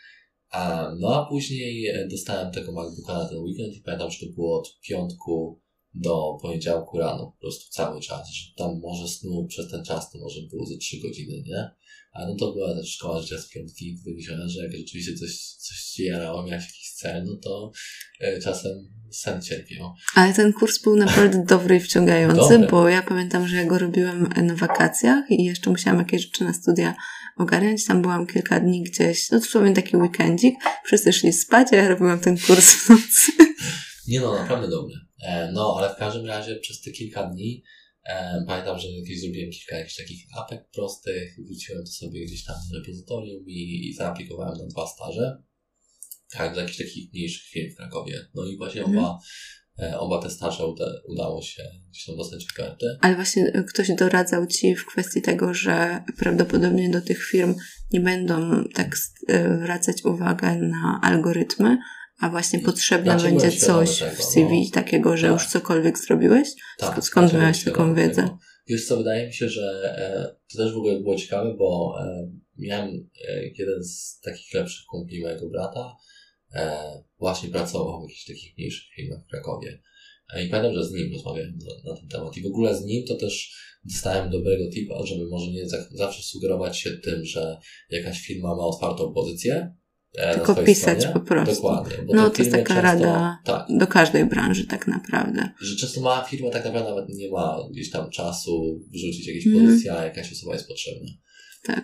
No a później dostałem tego MacBooka na ten weekend i pamiętam, że to było od piątku do poniedziałku rano, po prostu cały czas, że tam może snu przez ten czas to może było ze 3 godziny, nie? A no to była też szkoła życia z piątki, wyniesiona, że jak rzeczywiście coś się jarało, miałeś jakiś cel, no to czasem sen cierpiał. Ale ten kurs był naprawdę dobry i wciągający, bo ja pamiętam, że ja go robiłem na wakacjach i jeszcze musiałam jakieś rzeczy na studia ogarniać. Tam byłam kilka dni gdzieś, no to taki weekendzik, wszyscy szli spać, a ja robiłam ten kurs w nocy. Nie no, naprawdę dobry. No, ale w każdym razie przez te kilka dni pamiętam, że jakieś zrobiłem kilka jakichś takich apek prostych, wróciłem to sobie gdzieś tam w repozytorium i zaaplikowałem na 2 staże. Tak, do jakichś takich mniejszych firm w Krakowie. No i właśnie oba te staże udało się gdzieś tam dostać oferty. Ale właśnie ktoś doradzał Ci w kwestii tego, że prawdopodobnie do tych firm nie będą tak zwracać uwagę na algorytmy, a właśnie potrzebne będzie coś w CV takiego, że już cokolwiek zrobiłeś? Skąd miałeś taką wiedzę? Wiesz co, wydaje mi się, że to też w ogóle było ciekawe, bo miałem jeden z takich lepszych kumpli mojego brata, właśnie pracował w jakichś takich mniejszych firmach w Krakowie. I pamiętam, że z nim rozmawiałem na ten temat. I w ogóle z nim to też dostałem dobrego tipa, żeby może nie zawsze sugerować się tym, że jakaś firma ma otwartą pozycję. Tylko pisać stronie. po prostu. Dokładnie. Bo no to jest taka często, rada do każdej branży tak naprawdę. Że często mała firma tak naprawdę nawet nie ma gdzieś tam czasu wrzucić jakiejś pozycji, a jakaś osoba jest potrzebna. Tak.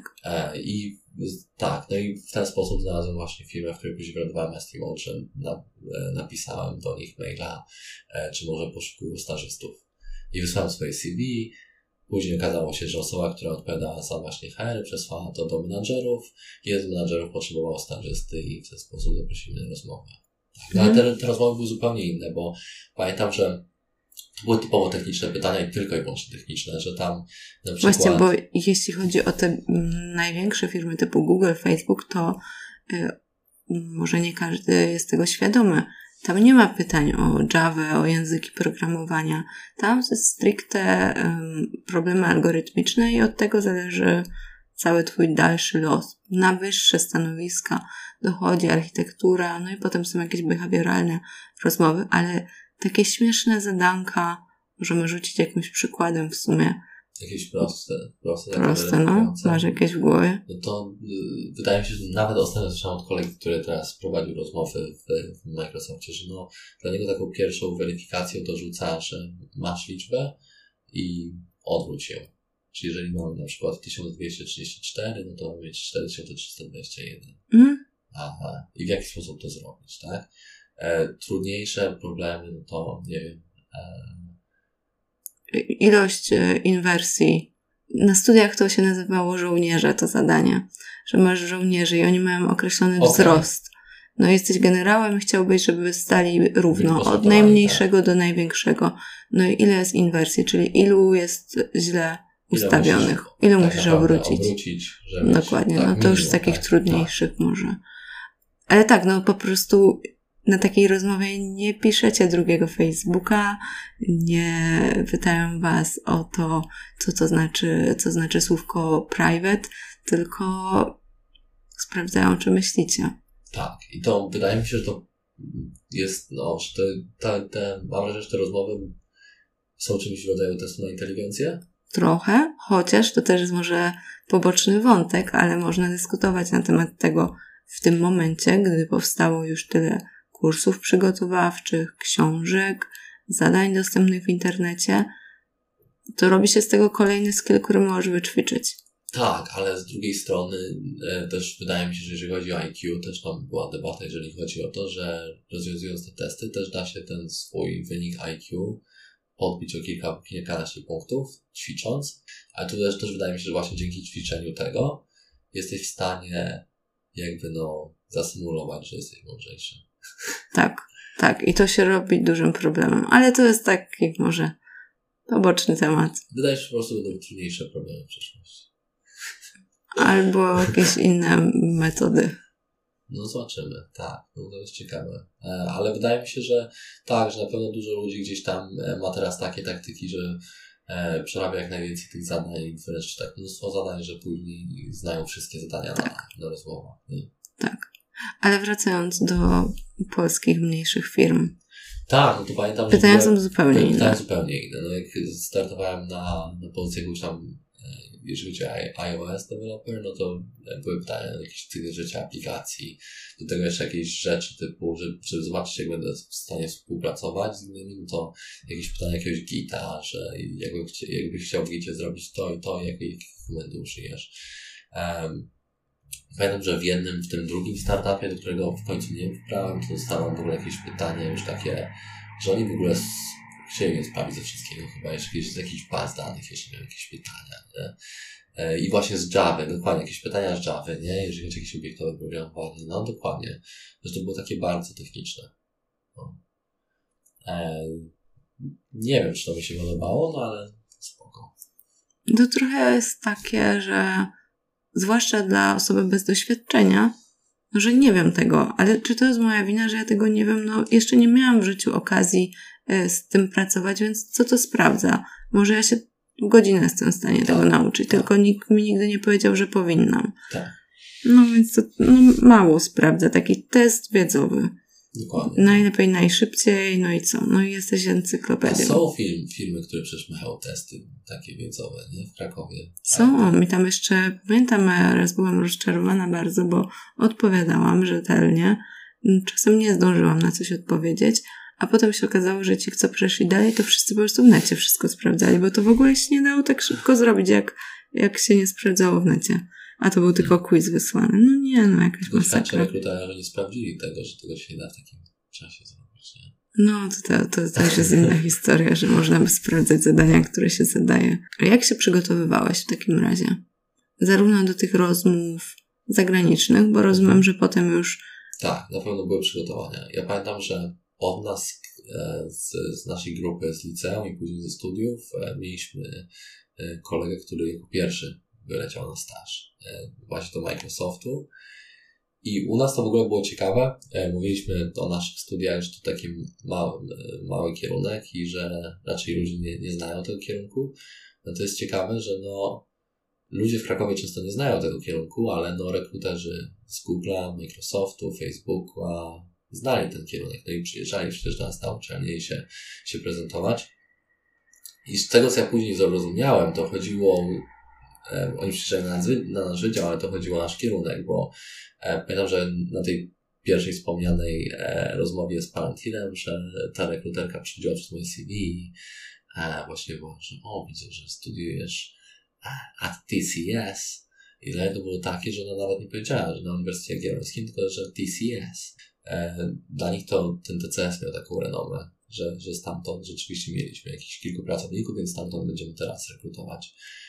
No i w ten sposób znalazłem właśnie firmę, w której później wylądowałem na Steamode, że napisałem do nich maila, czy może poszukują stażystów. I wysłałem swoje CV. Później okazało się, że osoba, która odpowiadała za właśnie HR, przesłała to do menadżerów. Jeden z menadżerów potrzebował stażysty i w ten sposób zaprosili na rozmowę. Tak. Ale te rozmowy były zupełnie inne, bo pamiętam, że to były typowo techniczne pytania i tylko i wyłącznie techniczne, że tam na przykład... Właśnie, bo jeśli chodzi o te największe firmy typu Google, Facebook, to może nie każdy jest tego świadomy. Tam nie ma pytań o Java, o języki programowania. Tam jest stricte problemy algorytmiczne i od tego zależy cały twój dalszy los. Na wyższe stanowiska dochodzi architektura, no i potem są jakieś behawioralne rozmowy, ale takie śmieszne zadanka możemy rzucić jakimś przykładem w sumie. Jakieś proste, no. Masz jakieś w głowie? No to wydaje mi się, że nawet ostatnio słyszałem od kolegi, który teraz prowadził rozmowy w Microsoftie, że no, dla niego taką pierwszą weryfikacją to rzuca, że masz liczbę i odwróć ją. Czyli jeżeli mamy na przykład 1234, no to mamy mieć 4321. Aha. I w jaki sposób to zrobić, tak? Trudniejsze problemy, no to nie wiem. Ilość inwersji. Na studiach to się nazywało żołnierze, to zadanie. Że masz żołnierzy i oni mają określony wzrost. No jesteś generałem i chciałbyś, żeby stali równo. Od najmniejszego do największego. No i ile jest inwersji, czyli ilu jest źle ustawionych. Ile musisz obrócić. Dokładnie. No to już z takich trudniejszych może. Ale tak, no po prostu na takiej rozmowie nie piszecie drugiego Facebooka, nie pytają was o to, co znaczy słówko private, tylko sprawdzają, czy myślicie. Tak, i to wydaje mi się, że to jest, że mam wrażenie, że te rozmowy są czymś w rodzaju testu na inteligencję. Trochę, chociaż to też jest może poboczny wątek, ale można dyskutować na temat tego w tym momencie, gdy powstało już tyle kursów przygotowawczych, książek, zadań dostępnych w internecie, to robi się z tego kolejny skill, który możesz wyćwiczyć. Tak, ale z drugiej strony też wydaje mi się, że jeżeli chodzi o IQ, też tam była debata, jeżeli chodzi o to, że rozwiązując te testy, też da się ten swój wynik IQ podbić o kilkanaście punktów, ćwicząc, ale tu też wydaje mi się, że właśnie dzięki ćwiczeniu tego jesteś w stanie zasymulować, że jesteś mądrzejszy. Tak. I to się robi dużym problemem. Ale to jest taki może poboczny temat. Wydaje się, że po prostu będą trudniejsze problemy w przyszłości. Albo jakieś inne metody. No zobaczymy, tak. No to jest ciekawe. Ale wydaje mi się, że tak, że na pewno dużo ludzi gdzieś tam ma teraz takie taktyki, że przerabia jak najwięcej tych zadań, wręcz tak mnóstwo zadań, że później znają wszystkie zadania na rozmowę. Nie? Tak. Ale wracając do polskich mniejszych firm. Tak, no to pamiętam, pytania są zupełnie inne. Pytania zupełnie inne. No jak startowałem na pozycję jakąś tam, jeżeli chodzi o iOS developer, no to były pytania o jakieś cykl życia aplikacji. Do tego jeszcze jakieś rzeczy typu, żeby zobaczyć, jak będę w stanie współpracować z innymi, no to jakieś pytania jakiegoś Gita, że jakbyś chciał w Gicie zrobić to i to, jakiej komendy użyjesz. Pamiętam, że w tym drugim startupie, do którego w końcu nie wybrałem, to dostałem w ogóle jakieś pytanie już takie, że oni w ogóle chcieli mnie sprawić ze wszystkiego, chyba jeszcze z jakichś baz danych, jeszcze miałem jakieś pytania, nie? I właśnie z Java, dokładnie, jakieś pytania z Java, nie? Jeżeli chodzi o jakieś obiektowe programowanie, no dokładnie, że to było takie bardzo techniczne. No. Nie wiem, czy to mi się podobało, no ale spoko. To trochę jest takie, że zwłaszcza dla osoby bez doświadczenia, że nie wiem tego, ale czy to jest moja wina, że ja tego nie wiem? No jeszcze nie miałam w życiu okazji z tym pracować, więc co to sprawdza? Może ja się w godzinę jestem w stanie tego nauczyć, tylko nikt mi nigdy nie powiedział, że powinnam. Tak. No więc to mało sprawdza, taki test wiedzowy. Dokładnie. Najlepiej, najszybciej, no i co? No i jesteś encyklopedią. A są firmy, które przecież mają testy takie wiedzowe, nie? W Krakowie. Są. I tam jeszcze, pamiętam, raz byłam rozczarowana bardzo, bo odpowiadałam rzetelnie. Czasem nie zdążyłam na coś odpowiedzieć, a potem się okazało, że ci, co przeszli dalej, to wszyscy po prostu w necie wszystko sprawdzali, bo to w ogóle się nie dało tak szybko zrobić, jak się nie sprawdzało w necie. A to był tylko quiz wysłany. No nie, no jakaś masakra. Rekruterzy nie sprawdzili tego, że tego się nie da w takim czasie zrobić, nie? No, to też jest inna historia, że można by sprawdzać zadania, które się zadaje. A jak się przygotowywałeś w takim razie? Zarówno do tych rozmów zagranicznych, bo rozumiem, że potem już... Tak, na pewno były przygotowania. Ja pamiętam, że od nas, z naszej grupy z liceum i później ze studiów, mieliśmy kolegę, który jako pierwszy wyleciał na staż właśnie do Microsoftu. I u nas to w ogóle było ciekawe. Mówiliśmy o naszych studiach, że to taki mały kierunek i że raczej ludzie nie znają tego kierunku. No to jest ciekawe, że ludzie w Krakowie często nie znają tego kierunku, ale rekruterzy z Google'a, Microsoftu, Facebooka znali ten kierunek. No i przyjeżdżali przecież do nas na uczelnię i się prezentować. I z tego, co ja później zrozumiałem, to chodziło... Oni przyjeżdżali na nasz wydział, ale to chodziło o nasz kierunek, bo pamiętam, że na tej pierwszej wspomnianej rozmowie z Palantinem, że ta rekruterka przychodziła przez moje CV i właśnie było, że widzę, że studiujesz at TCS. I dla mnie to było takie, że ona nawet nie powiedziała, że na Uniwersytecie Jagiellońskim, tylko że TCS. Dla nich to ten TCS miał taką renomę, że stamtąd rzeczywiście mieliśmy jakichś kilku pracowników, więc stamtąd będziemy teraz rekrutować.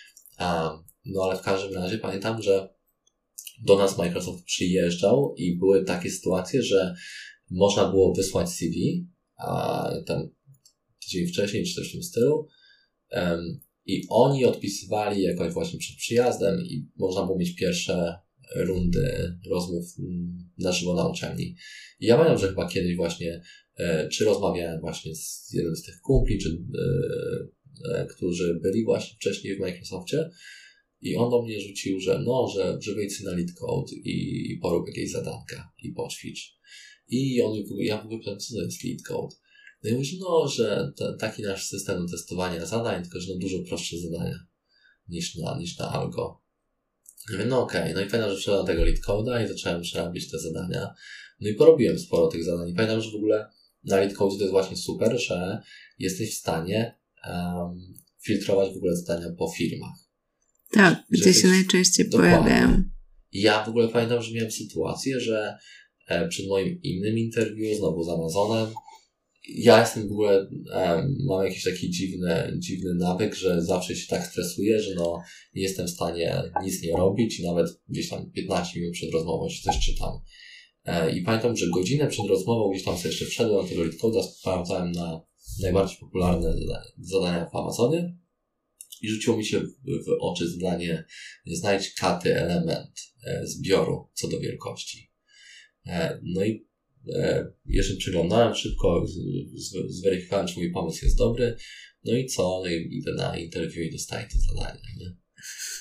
No ale w każdym razie pamiętam, że do nas Microsoft przyjeżdżał i były takie sytuacje, że można było wysłać CV, a tam tydzień wcześniej czy coś w tym stylu, i oni odpisywali jakoś właśnie przed przyjazdem i można było mieć pierwsze rundy rozmów na żywo na uczelni. I ja pamiętam, że chyba kiedyś właśnie czy rozmawiałem właśnie z jednym z tych kumpli, którzy byli właśnie wcześniej w Microsoftie i on do mnie rzucił, że wejdź na LeetCode i porób jakieś zadanka i poćwicz. I ja w ogóle pytam, co to jest LeetCode? No i mówisz, że taki nasz system testowania zadań, tylko że dużo prostsze zadania niż na Algo. Ja mówię, okej. No i pamiętam, że wszedłem do tego LeetCode'a i zacząłem przerabiać te zadania. No i porobiłem sporo tych zadań. I pamiętam, że w ogóle na LeetCode to jest właśnie super, że jesteś w stanie filtrować w ogóle zadania po firmach. Tak, gdzie się najczęściej pojawiają. I ja w ogóle pamiętam, że miałem sytuację, że przed moim innym interview, znowu z Amazonem, ja jestem w ogóle, mam jakiś taki dziwny nawyk, że zawsze się tak stresuję, że nie jestem w stanie nic nie robić i nawet gdzieś tam 15 minut przed rozmową się coś czytam. I pamiętam, że godzinę przed rozmową gdzieś tam sobie jeszcze wszedłem na tego LeetCode'a, sprawdzałem na najbardziej popularne zadania w Amazonie i rzuciło mi się w oczy zadanie znajdź katy element zbioru co do wielkości. No i jeszcze przyglądałem szybko, zweryfikowałem, czy mój pomysł jest dobry, no i co? No i idę na interview i dostaję to zadanie, nie?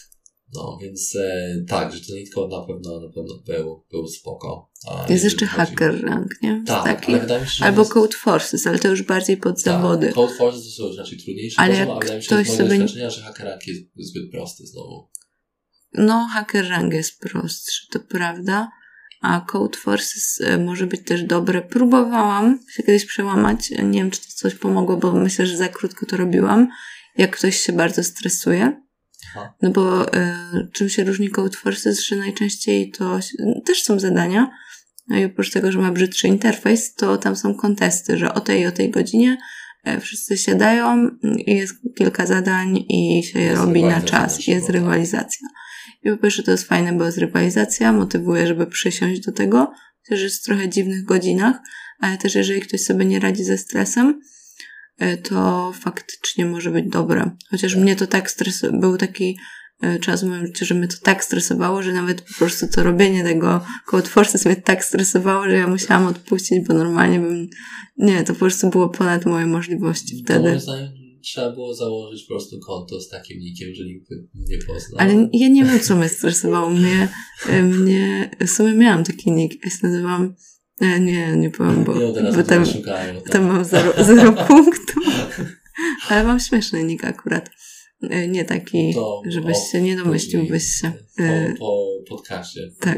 No, więc tak, że ten LeetCode na pewno był spoko. Jest jeszcze HackerRank, nie? Tak, ale wydaje mi się, że albo Codeforces, ale to już bardziej pod zawody. Codeforces to są raczej trudniejsze ale poziom, a wydaje mi się, że z mojego doświadczenia, że HackerRank jest zbyt prosty znowu. No, HackerRank jest prostszy, to prawda. A Codeforces może być też dobre. Próbowałam się kiedyś przełamać. Nie wiem, czy to coś pomogło, bo myślę, że za krótko to robiłam. Jak ktoś się bardzo stresuje. Aha. No bo czym się różni Codeforces, że najczęściej to też są zadania. No i oprócz tego, że ma brzydszy interfejs, to tam są kontesty, że o tej godzinie wszyscy siadają i jest kilka zadań i się je robi na czas. Jest rywalizacja. I po pierwsze to jest fajne, bo jest rywalizacja, motywuje, żeby przysiąść do tego. Też jest w trochę dziwnych godzinach, ale też jeżeli ktoś sobie nie radzi ze stresem, to faktycznie może być dobre. Chociaż mnie to tak był taki czas w moim życiu, że mnie to tak stresowało, że nawet po prostu to robienie tego Codeforces mnie tak stresowało, że ja musiałam odpuścić, bo normalnie to po prostu było ponad moje możliwości wtedy. To moim zdaniem trzeba było założyć po prostu konto z takim nickiem, że nikt nie poznał. Ale ja nie wiem, co mnie stresowało. Mnie w sumie miałam taki nick. Ja się nazywam nie powiem, bo tam mam 0 punktów. Ale mam śmieszny nick akurat. Nie taki, żebyś się nie domyśliłbyś się. Po podcaście. Tak.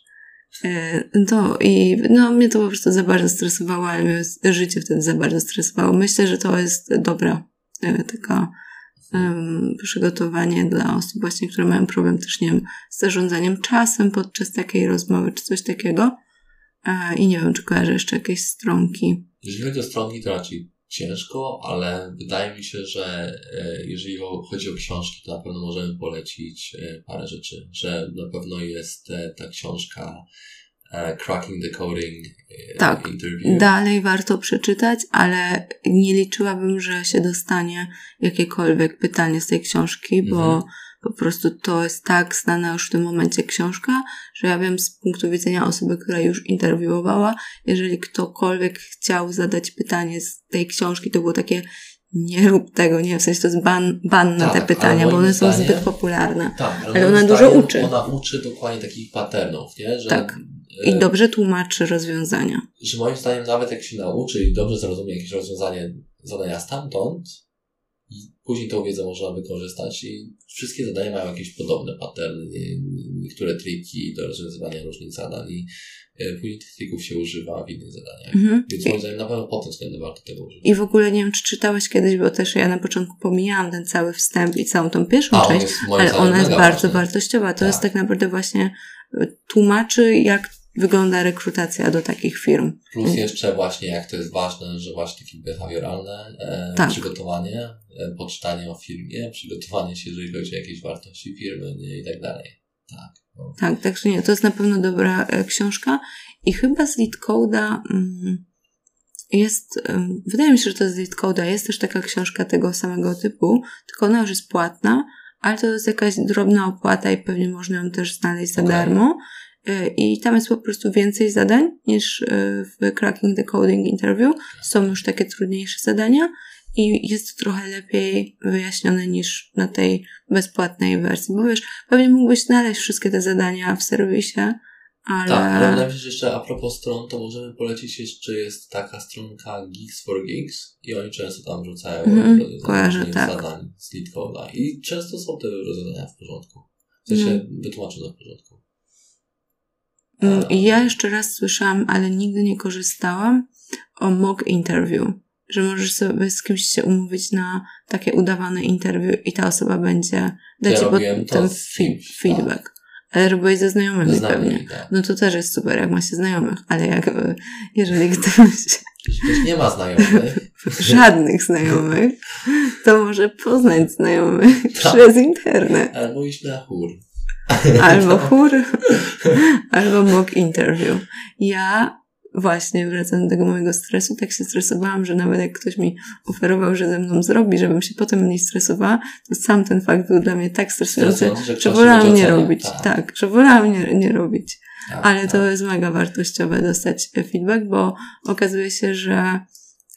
Mnie to po prostu za bardzo stresowało, ale mnie życie wtedy za bardzo stresowało. Myślę, że to jest dobra taka przygotowanie dla osób właśnie, które mają problem też, nie wiem, z zarządzaniem czasem podczas takiej rozmowy, czy coś takiego. I nie wiem, czy kojarzę jeszcze jakieś stronki. Jeżeli chodzi o stronki, to raczej ciężko, ale wydaje mi się, że jeżeli chodzi o książki, to na pewno możemy polecić parę rzeczy, że na pewno jest ta książka Cracking the Coding Interview. Dalej warto przeczytać, ale nie liczyłabym, że się dostanie jakiekolwiek pytanie z tej książki, bo po prostu to jest tak znana już w tym momencie książka, że ja wiem z punktu widzenia osoby, która już interwiuowała, jeżeli ktokolwiek chciał zadać pytanie z tej książki, to było takie nie rób tego, nie, w sensie to jest ban na te pytania, bo one są zbyt popularne. Tak, ale ona dużo uczy. Ona uczy dokładnie takich patternów, nie? Że, tak. I dobrze tłumaczy rozwiązania. Że moim zdaniem nawet jak się nauczy i dobrze zrozumie jakieś zadania stamtąd i później tą wiedzę można wykorzystać i wszystkie zadania mają jakieś podobne patterny, niektóre triki do rozwiązywania różnych zadań i później tych trików się używa w innych zadaniach. Więc moim zdaniem na pewno pod tym względem warto tego używać. I w ogóle nie wiem, czy czytałeś kiedyś, bo też ja na początku pomijałam ten cały wstęp i całą tą pierwszą część, ale ona jest bardzo wartościowa. To jest tak naprawdę właśnie tłumaczy, jak wygląda rekrutacja do takich firm. Plus jeszcze właśnie jak to jest ważne, że właśnie takie behawioralne przygotowanie, poczytanie o firmie, przygotowanie się, jeżeli chodzi o jakieś wartości firmy, nie, i tak dalej. Tak. No. Tak, także nie, to jest na pewno dobra książka i chyba z LeetCode'a jest, wydaje mi się, że to z LeetCode'a jest też taka książka tego samego typu, tylko ona już jest płatna, ale to jest jakaś drobna opłata i pewnie można ją też znaleźć za darmo. I tam jest po prostu więcej zadań niż w Cracking the Coding Interview. Są już takie trudniejsze zadania i jest to trochę lepiej wyjaśnione niż na tej bezpłatnej wersji. Bo wiesz, pewnie mógłbyś znaleźć wszystkie te zadania w serwisie, ale... Tak, ale wydaje mi się, że jeszcze a propos stron, to możemy polecić jeszcze, jest taka stronka Geeks for Geeks i oni często tam wrzucają zadań z LeetCode'a i często są te rozwiązania w porządku. W sensie wytłumaczone w porządku. Ja jeszcze raz słyszałam, ale nigdy nie korzystałam, o mock interview, że możesz sobie z kimś się umówić na takie udawane interview i ta osoba będzie dać ci potem feedback. Tak. Ale robiłeś ze znajomymi pewnie. Tak. No to też jest super, jak ma się znajomych, ale jeżeli ktoś nie ma znajomych, żadnych znajomych, to może poznać znajomych przez internet. Albo iść na chór. Albo chór, albo mock interview. Ja właśnie wracając do tego mojego stresu, tak się stresowałam, że nawet jak ktoś mi oferował, że ze mną zrobi, żebym się potem mniej stresowała, to sam ten fakt był dla mnie tak stresujący, że wolałam nie robić. Tak, że wolałam nie robić. Ale to jest mega wartościowe dostać feedback, bo okazuje się, że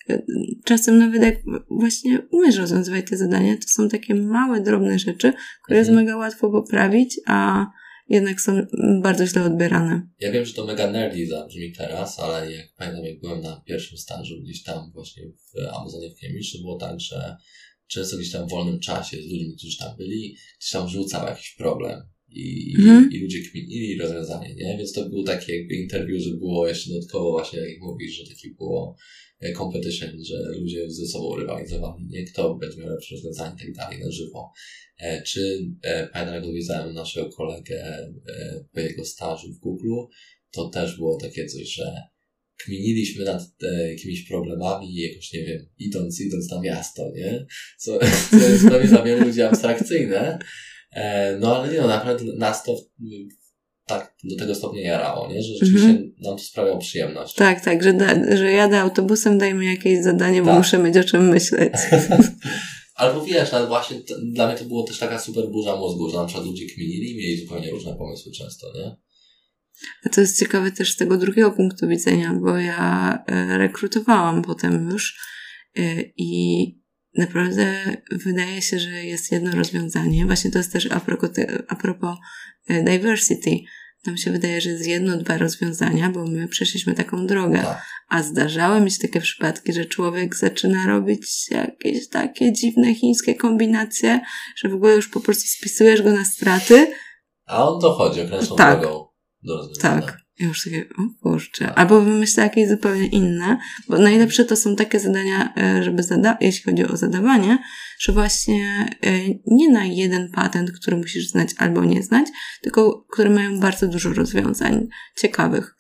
czasem nawet jak właśnie umiesz rozwiązywać te zadania, to są takie małe, drobne rzeczy, które jest mega łatwo poprawić, a jednak są bardzo źle odbierane. Ja wiem, że to mega nerdy zabrzmi teraz, ale pamiętam, jak byłem na pierwszym stażu gdzieś tam właśnie w Amazonie w Cambridge, to było tak, że często gdzieś tam w wolnym czasie z ludźmi, którzy tam byli, gdzieś tam rzucał jakiś problem i ludzie kminili rozwiązanie, nie? Więc to było takie jakby interview, że było jeszcze dodatkowo właśnie, jak mówisz, że takie było competition, że ludzie ze sobą rywalizowali, nie? Kto będzie miał lepsze rozwiązanie i tak dalej na żywo. Pamiętam, jak odwiedzałem naszego kolegę po jego stażu w Google, to też było takie coś, że kminiliśmy nad jakimiś problemami jakoś, nie wiem, idąc na miasto, nie? Co jest pewnie dla wielu ludzi abstrakcyjne. No ale nie, no naprawdę nas to tak do tego stopnia jarało, nie? Że rzeczywiście nam to sprawiało przyjemność. Tak, że jadę autobusem, daj mi jakieś zadanie, bo muszę mieć o czym myśleć. Albo wiesz, nawet właśnie dla mnie to było też taka super burza mózgu, że na przykład ludzie kminili i mieli zupełnie różne pomysły często, nie? A to jest ciekawe też z tego drugiego punktu widzenia, bo ja rekrutowałam potem już i naprawdę wydaje się, że jest jedno rozwiązanie. Właśnie to jest też a propos diversity. Tam się wydaje, że jest 1-2 rozwiązania, bo my przeszliśmy taką drogę. Tak. A zdarzały mi się takie przypadki, że człowiek zaczyna robić jakieś takie dziwne chińskie kombinacje, że w ogóle już po prostu spisujesz go na straty. A on dochodzi okrężną drogą do rozwiązania. Tak. Już takie, o kurczę. Albo wymyślę jakieś zupełnie inne, bo najlepsze to są takie zadania, żeby jeśli chodzi o zadawanie, że właśnie nie na jeden patent, który musisz znać albo nie znać, tylko które mają bardzo dużo rozwiązań ciekawych.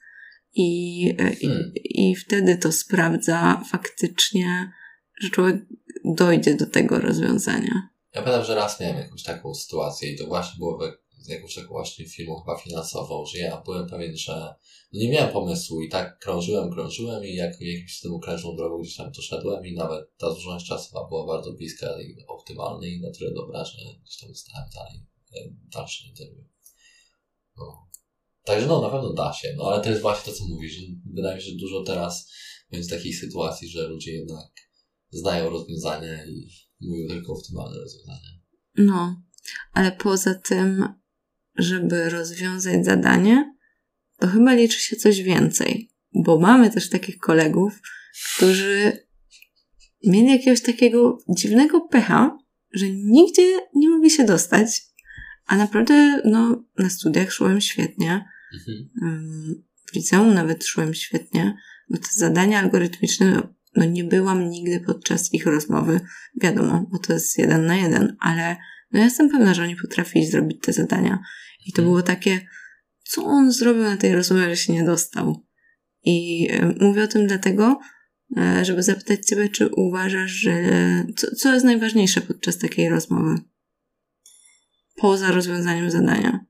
I wtedy to sprawdza faktycznie, że człowiek dojdzie do tego rozwiązania. Ja pamiętam, że raz miałem jakąś taką sytuację i to właśnie było jakąś taką właśnie firmą chyba finansową, że ja byłem pewien, że no nie miałem pomysłu i tak krążyłem i jak jakimś tym okrężną drogą gdzieś tam doszedłem i nawet ta złożoność czasowa była bardzo bliska i optymalnej i na tyle dobra, że gdzieś tam dostałem dalsze interwiu. No. Także no, na pewno da się, no ale to jest właśnie to, co mówisz, że wydaje mi się, że dużo teraz będzie takich sytuacji, że ludzie jednak znają rozwiązania i mówią tylko optymalne rozwiązania. No, ale poza tym, żeby rozwiązać zadanie, to chyba liczy się coś więcej, bo mamy też takich kolegów, którzy mieli jakiegoś takiego dziwnego pecha, że nigdzie nie mogli się dostać, a naprawdę no, na studiach szłem świetnie, w liceum nawet szłem świetnie, no te zadania algorytmiczne, no nie byłam nigdy podczas ich rozmowy, wiadomo, bo to jest 1 na 1, ale no ja jestem pewna, że oni potrafili zrobić te zadania. I to było takie, co on zrobił na tej rozmowie, że się nie dostał. I mówię o tym dlatego, żeby zapytać Ciebie, czy uważasz, że co jest najważniejsze podczas takiej rozmowy? Poza rozwiązaniem zadania.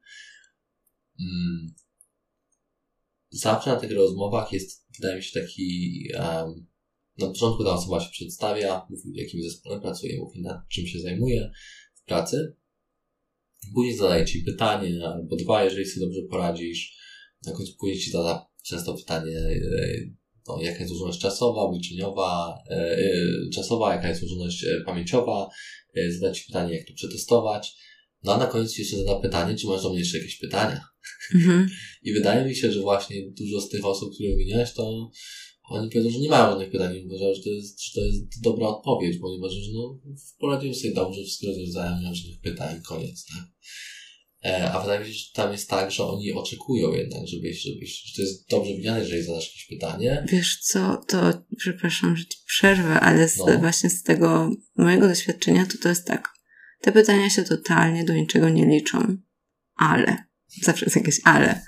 Zawsze na tych rozmowach jest, wydaje mi się, taki na początku ta osoba się przedstawia, mówi, w jakim zespole pracuje, mówi, nad czym się zajmuje w pracy. Później zadaje Ci pytanie, albo 2, jeżeli sobie dobrze poradzisz. Na końcu później Ci zada często pytanie, no, jaka jest złożoność czasowa, obliczeniowa, czasowa, jaka jest złożoność pamięciowa. Zada Ci pytanie, jak to przetestować. No a na końcu jeszcze zada pytanie, czy masz do mnie jeszcze jakieś pytania. I wydaje mi się, że właśnie dużo z tych osób, które wymieniałeś, to oni powiedzą, że nie mają żadnych pytań. Uważają, że to jest dobra odpowiedź, bo oni uważają, że no, poradziłem sobie dobrze, wszystko rozwiązałem, nie mam żadnych pytań, koniec, tak? A wydaje mi się, że tam jest tak, że oni oczekują jednak, że to jest dobrze widziane, jeżeli zadasz jakieś pytanie. Wiesz co, to przepraszam, że Ci przerwę, ale właśnie z tego mojego doświadczenia to jest tak. Te pytania się totalnie do niczego nie liczą. Ale. Zawsze jest jakieś ale.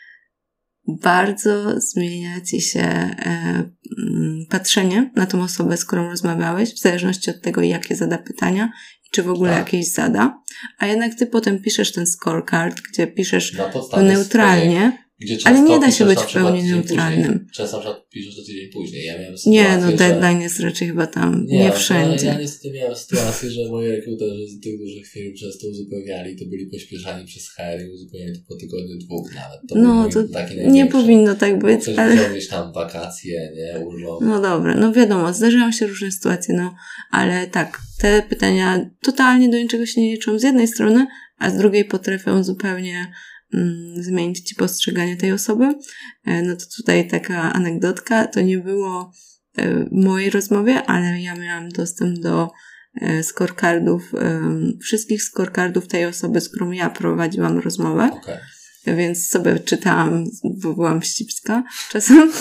Bardzo zmienia Ci się patrzenie na tą osobę, z którą rozmawiałeś, w zależności od tego, jakie zada pytania i czy w ogóle jakieś zada. A jednak Ty potem piszesz ten scorecard, gdzie piszesz neutralnie Gdzie często ale nie da się być w pełni neutralnym. Często na przykład piszesz to tydzień później. Ja miałem sytuację, no deadline jest raczej chyba tam nie wszędzie. Ja niestety miałem sytuację, że moi rekruterzy z tych dużych firm często uzupełniali, to byli pośpieszani przez HR i uzupełniali to po tygodniu, 2 nawet. To taki nie powinno tak być. Ktoś wziął gdzieś tam wakacje, nie, urlop. No dobra, no wiadomo, zdarzają się różne sytuacje, no, ale tak, te pytania totalnie do niczego się nie liczą z jednej strony, a z drugiej potrafią zupełnie zmienić ci postrzeganie tej osoby. No to tutaj taka anegdotka, to nie było w mojej rozmowie, ale ja miałam dostęp do scorecardów, wszystkich scorecardów tej osoby, z którą ja prowadziłam rozmowę. Okay. Więc sobie czytałam, bo byłam wścibska czasem.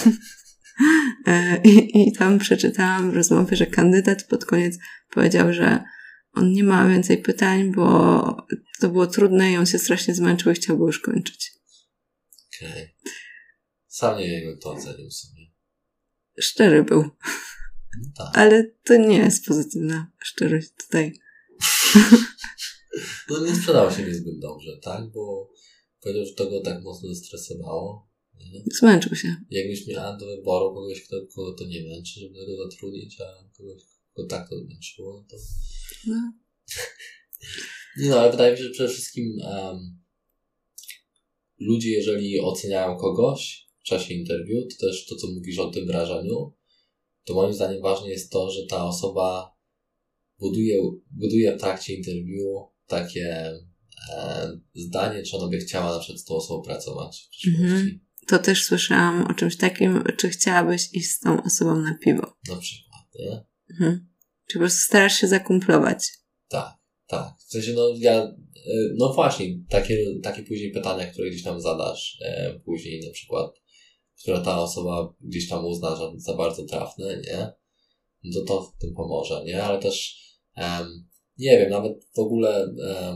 I tam przeczytałam w rozmowie, że kandydat pod koniec powiedział, że on nie ma więcej pytań, bo to było trudne i on się strasznie zmęczył i chciałby już kończyć. Okej. Sam nie wiem, jak to ocenił sobie. Szczery był. No tak. Ale to nie jest pozytywna szczerość tutaj. No nie sprzedało się niezbyt dobrze, tak? Bo powiedział, że to go tak mocno zestresowało. Zmęczył się. Jakbyś miała do wyboru kogoś, kogo to nie męczy, żeby go zatrudnić, a kogoś, kogo tak to zmęczyło, to... No. Nie no, ale wydaje mi się, że przede wszystkim ludzie, jeżeli oceniają kogoś w czasie interwiu, to też to, co mówisz o tym wrażeniu, to moim zdaniem ważne jest to, że ta osoba buduje w trakcie interwiu takie zdanie, czy ona by chciała na przykład z tą osobą pracować w przyszłości. To też słyszałam o czymś takim, czy chciałabyś iść z tą osobą na piwo. Na przykład, nie? Czy po prostu starasz się zakumplować. Tak. W sensie, no właśnie, takie później pytania, które gdzieś tam zadasz później, na przykład, które ta osoba gdzieś tam uzna za bardzo trafne, nie? No to w tym pomoże, nie? Ale też, nie wiem, nawet w ogóle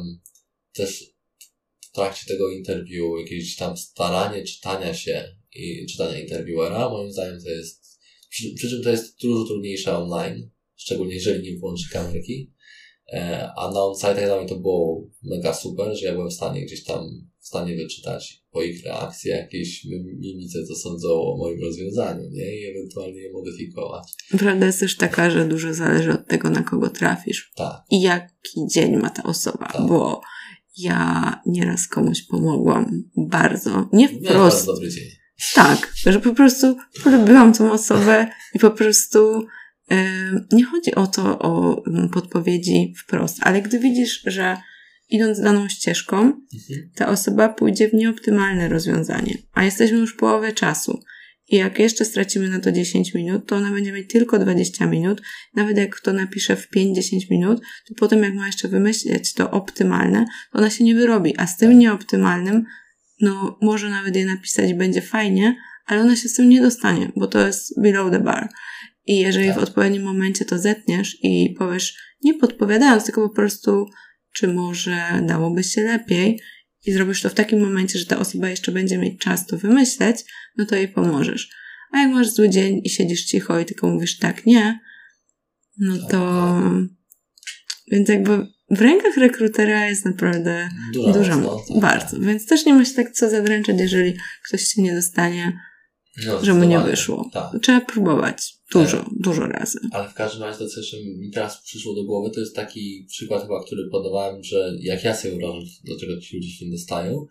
też w trakcie tego interwiu jakieś tam staranie czytania się i czytania interwiewera, moim zdaniem to jest, przy czym to jest dużo trudniejsze online, szczególnie jeżeli nie włączy kamerki, a na on-site'ach dla mnie to było mega super, że ja byłem w stanie gdzieś tam wyczytać po ich reakcji jakieś mimice, co sądzą o moim rozwiązaniu, nie? I ewentualnie je modyfikować. Prawda jest też taka, że dużo zależy od tego, na kogo trafisz. Tak. I jaki dzień ma ta osoba, tak. Bo ja nieraz komuś pomogłam bardzo. Nie wprost. Miałem bardzo dobry dzień. Tak, że po prostu polubiłam tą osobę i po prostu nie chodzi o to, o podpowiedzi wprost, ale gdy widzisz, że idąc daną ścieżką, ta osoba pójdzie w nieoptymalne rozwiązanie, a jesteśmy już w połowie czasu i jak jeszcze stracimy na to 10 minut, to ona będzie mieć tylko 20 minut, nawet jak to napisze w 5-10 minut, to potem jak ma jeszcze wymyśleć to optymalne, to ona się nie wyrobi, a z tym nieoptymalnym, no może nawet je napisać i będzie fajnie, ale ona się z tym nie dostanie, bo to jest below the bar. I jeżeli w odpowiednim momencie to zetniesz i powiesz, nie podpowiadając, tylko po prostu, czy może dałoby się lepiej i zrobisz to w takim momencie, że ta osoba jeszcze będzie mieć czas to wymyśleć, no to jej pomożesz. A jak masz zły dzień i siedzisz cicho i tylko mówisz tak, nie, no to... Więc jakby w rękach rekrutera jest naprawdę duża moc. Bardzo. Więc też nie ma się tak co zadręczać, jeżeli ktoś się nie dostanie, że mu nie wyszło. Tak. Trzeba próbować. Dużo razy. Ale w każdym razie to, co jeszcze mi teraz przyszło do głowy, to jest taki przykład chyba, który podawałem, że jak ja sobie wyobrażam, dlaczego ci ludzie się nie dostają,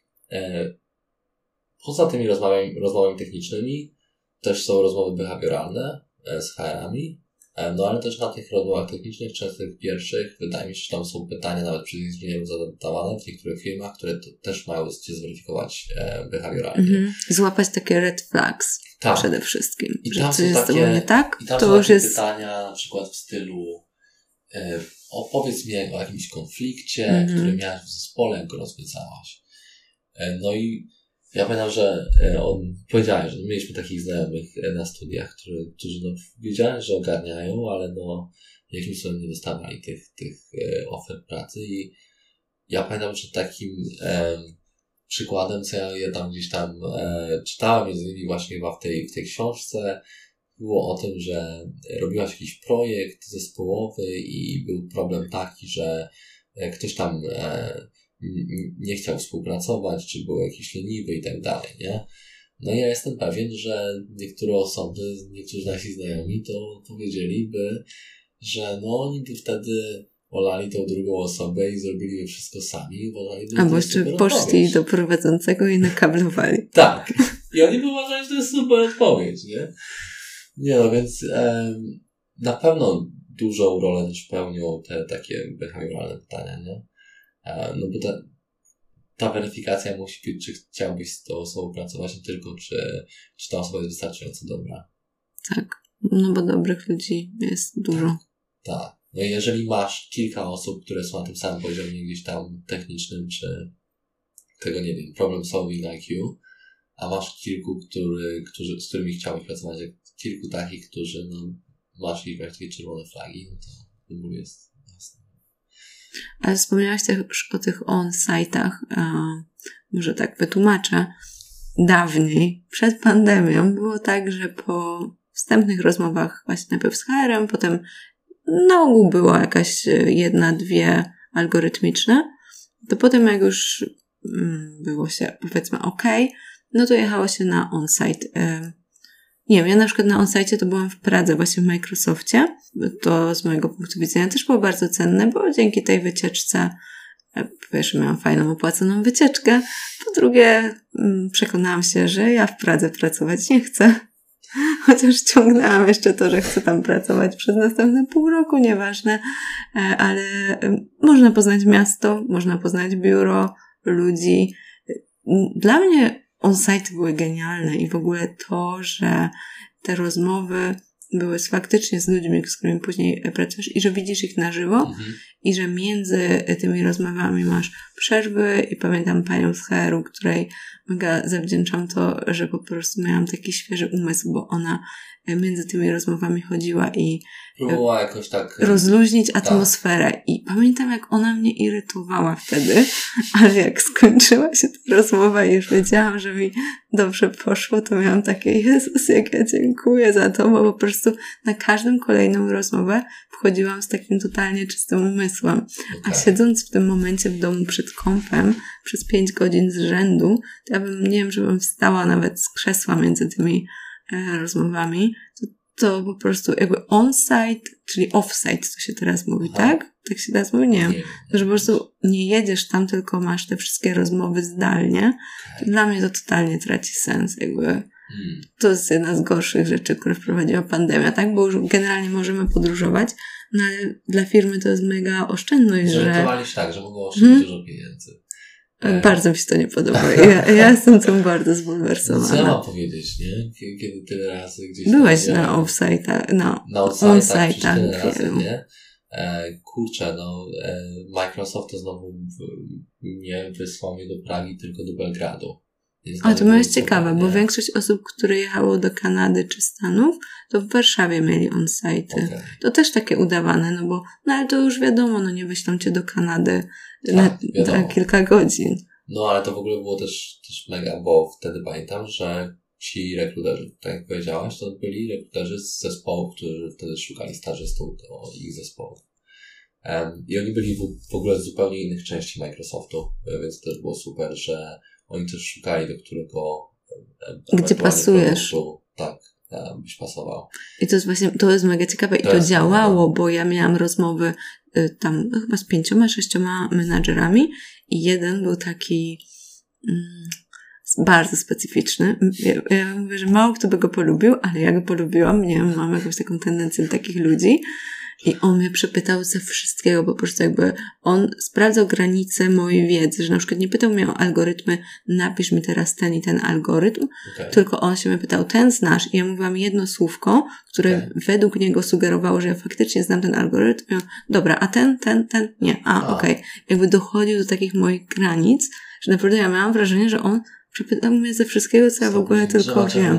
poza tymi rozmowami technicznymi też są rozmowy behawioralne z HR-ami, no ale też na tych rozmowach technicznych, często tych pierwszych, wydaje mi się, że tam są pytania nawet przez inżynierów zadawane w niektórych firmach, które też mają cię zweryfikować behawioralnie. Złapać takie red flags przede wszystkim. I że tam coś jest takie, nie tak, i tam to są już takie jest... pytania na przykład w stylu opowiedz mi o jakimś konflikcie, który miałeś w zespole, jak go rozwiązałaś. No i ja pamiętam, że powiedziałem, że mieliśmy takich znajomych na studiach, którzy wiedziałem, że ogarniają, ale jakimś cudem nie dostawali tych ofert pracy i ja pamiętam, że takim przykładem, co ja tam gdzieś tam czytałem, między innymi właśnie chyba w tej książce, było o tym, że robiłaś jakiś projekt zespołowy i był problem taki, że ktoś tam nie chciał współpracować, czy był jakiś leniwy i tak dalej, nie? No i ja jestem pewien, że niektórzy nasi znajomi to powiedzieliby, że no oni by wtedy olali tą drugą osobę i zrobili wszystko sami. Albo jeszcze poszli do prowadzącego i nakablowali. Tak. I oni by uważali, że to jest super odpowiedź, nie? Nie no, więc na pewno dużą rolę też pełnią te takie behawioralne pytania, nie? No bo ta weryfikacja musi być, czy chciałbyś z tą osobą pracować, nie tylko czy ta osoba jest wystarczająco dobra. Tak, no bo dobrych ludzi jest dużo. Tak. No i jeżeli masz kilka osób, które są na tym samym poziomie gdzieś tam technicznym, czy tego nie wiem, problem solving IQ, a masz kilku, z którymi chciałbyś pracować, jak kilku takich, którzy masz ich takie czerwone flagi, no to wybór jest jasny. Ale wspomniałaś też o tych on-site'ach, może tak wytłumaczę. Dawniej, przed pandemią, było tak, że po wstępnych rozmowach właśnie najpierw z HR-em, potem na ogół była jakaś 1-2 algorytmiczne, to potem jak już było się powiedzmy no to jechało się na on-site. Nie wiem, ja na przykład na on-site to byłam w Pradze, właśnie w Microsoftie. To z mojego punktu widzenia też było bardzo cenne, bo dzięki tej wycieczce miałam fajną, opłaconą wycieczkę. Po drugie, przekonałam się, że ja w Pradze pracować nie chcę. Chociaż ciągnęłam jeszcze to, że chcę tam pracować przez następne pół roku, nieważne. Ale można poznać miasto, można poznać biuro, ludzi. Dla mnie on-site były genialne i w ogóle to, że te rozmowy były faktycznie z ludźmi, z którymi później pracujesz i że widzisz ich na żywo i że między tymi rozmowami masz przerwy i pamiętam panią z HR-u, której mega zawdzięczam to, że po prostu miałam taki świeży umysł, bo ona między tymi rozmowami chodziła i próbowała jakoś tak rozluźnić atmosferę. I pamiętam, jak ona mnie irytowała wtedy, ale jak skończyła się ta rozmowa i już wiedziałam, że mi dobrze poszło, to miałam takie, Jezus, jak ja dziękuję za to, bo po prostu na każdą kolejną rozmowę wchodziłam z takim totalnie czystym umysłem. A siedząc w tym momencie w domu przed kompem przez 5 godzin z rzędu, to ja bym, nie wiem, żebym wstała nawet z krzesła między tymi rozmowami, to po prostu jakby on-site, czyli off-site, co się teraz mówi, tak? Tak się teraz mówi? Nie wiem. Że po prostu nie jedziesz tam, tylko masz te wszystkie rozmowy zdalnie. Dla mnie to totalnie traci sens. Jakby to jest jedna z gorszych rzeczy, które wprowadziła pandemia, tak? Bo już generalnie możemy podróżować, no ale dla firmy to jest mega oszczędność, że tak, że mogło oszczędzić dużo pieniędzy. Bardzo mi się to nie podoba. Ja jestem tym bardzo zbulwersowana. Co ja mam powiedzieć, nie? Kiedy tyle razy gdzieś... Byłeś na off-site'ach, na on-site'ach tyle razy, nie? Kurczę, Microsoft to znowu nie wysłał mnie do Pragi, tylko do Belgradu. A to jest ciekawe, bo większość osób, które jechało do Kanady czy Stanów, to w Warszawie mieli on-site'y. To też takie udawane, no bo ale to już wiadomo, nie wyślą cię do Kanady na kilka godzin. No ale to w ogóle było też mega, bo wtedy pamiętam, że ci rekruterzy, tak jak powiedziałaś, to byli rekruterzy z zespołów, którzy wtedy szukali stażystów do ich zespołów. I oni byli w ogóle z zupełnie innych części Microsoftu, więc też było super, że oni też szukali, do którego gdzie pasujesz. Produktu, tak, byś pasował. I to jest właśnie, to jest mega ciekawe i to działało, bo ja miałam rozmowy tam chyba z 5-6 menadżerami i jeden był taki bardzo specyficzny. Ja mówię, że mało kto by go polubił, ale ja go polubiłam. Nie wiem, mam jakąś taką tendencję do takich ludzi. I on mnie przepytał ze wszystkiego, po prostu jakby on sprawdzał granice mojej wiedzy, że na przykład nie pytał mnie o algorytmy, napisz mi teraz ten i ten algorytm, tylko on się mnie pytał, ten znasz? I ja mówiłam jedno słówko, które według niego sugerowało, że ja faktycznie znam ten algorytm. Ja, dobra, a ten, nie. Okej. Jakby dochodził do takich moich granic, że naprawdę ja miałam wrażenie, że on przepytał mnie ze wszystkiego, co ja w ogóle tylko wiem.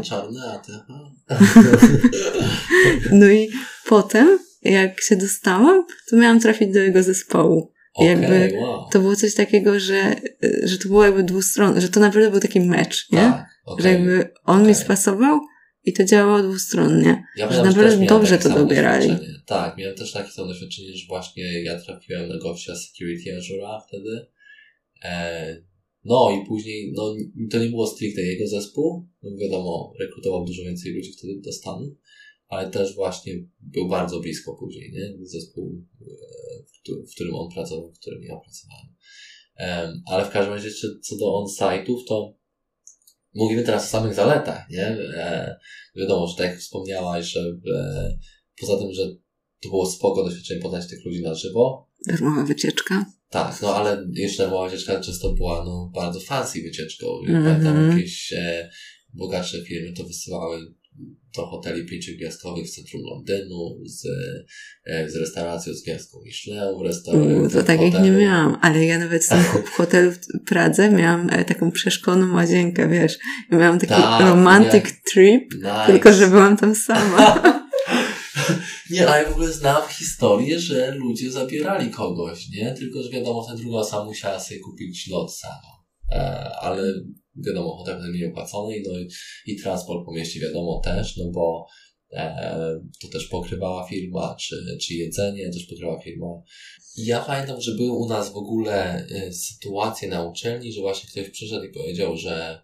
No i potem jak się dostałam, to miałam trafić do jego zespołu. To było coś takiego, że to było jakby dwustronne, że to naprawdę był taki mecz, nie? Że jakby on mi spasował i to działało dwustronnie. Że naprawdę dobrze to dobierali. Tak, miałem też takie samo doświadczenie, że właśnie ja trafiłem na gościa Security Azure'a wtedy No i później, no to nie było stricte jego zespół, no wiadomo, rekrutował dużo więcej ludzi wtedy do Stanów, ale też właśnie był bardzo blisko później, nie? Zespół, w którym on pracował, w którym ja pracowałem. Ale w każdym razie jeszcze co do on-site'ów, to mówimy teraz o samych zaletach, nie? Wiadomo, że tak jak wspomniałaś, że poza tym, że to było spoko doświadczenie poznać tych ludzi na żywo. Darmowa wycieczka. Tak, no ale jeszcze darmowa wycieczka często była bardzo fancy wycieczką. Pamiętam jakieś bogatsze firmy to wysyłały do hoteli 5-gwiazdkowych w centrum Londynu z restauracją z gwiazdką Michelin. To tak jak nie miałam, ale ja nawet w hotelu w Pradze miałam taką przeszkloną łazienkę, wiesz. Ja miałam taki romantic trip, nice. Tylko że byłam tam sama. Nie, a ja w ogóle znam historię, że ludzie zabierali kogoś, nie? Tylko, że wiadomo, ta druga osoba musiała sobie kupić lot sama. Ale wiadomo, hotel wtedy miał opłacony, no i transport po mieście wiadomo też, no bo to też pokrywała firma, czy jedzenie też pokrywała firma. I ja pamiętam, że były u nas w ogóle sytuacje na uczelni, że właśnie ktoś przyszedł i powiedział, że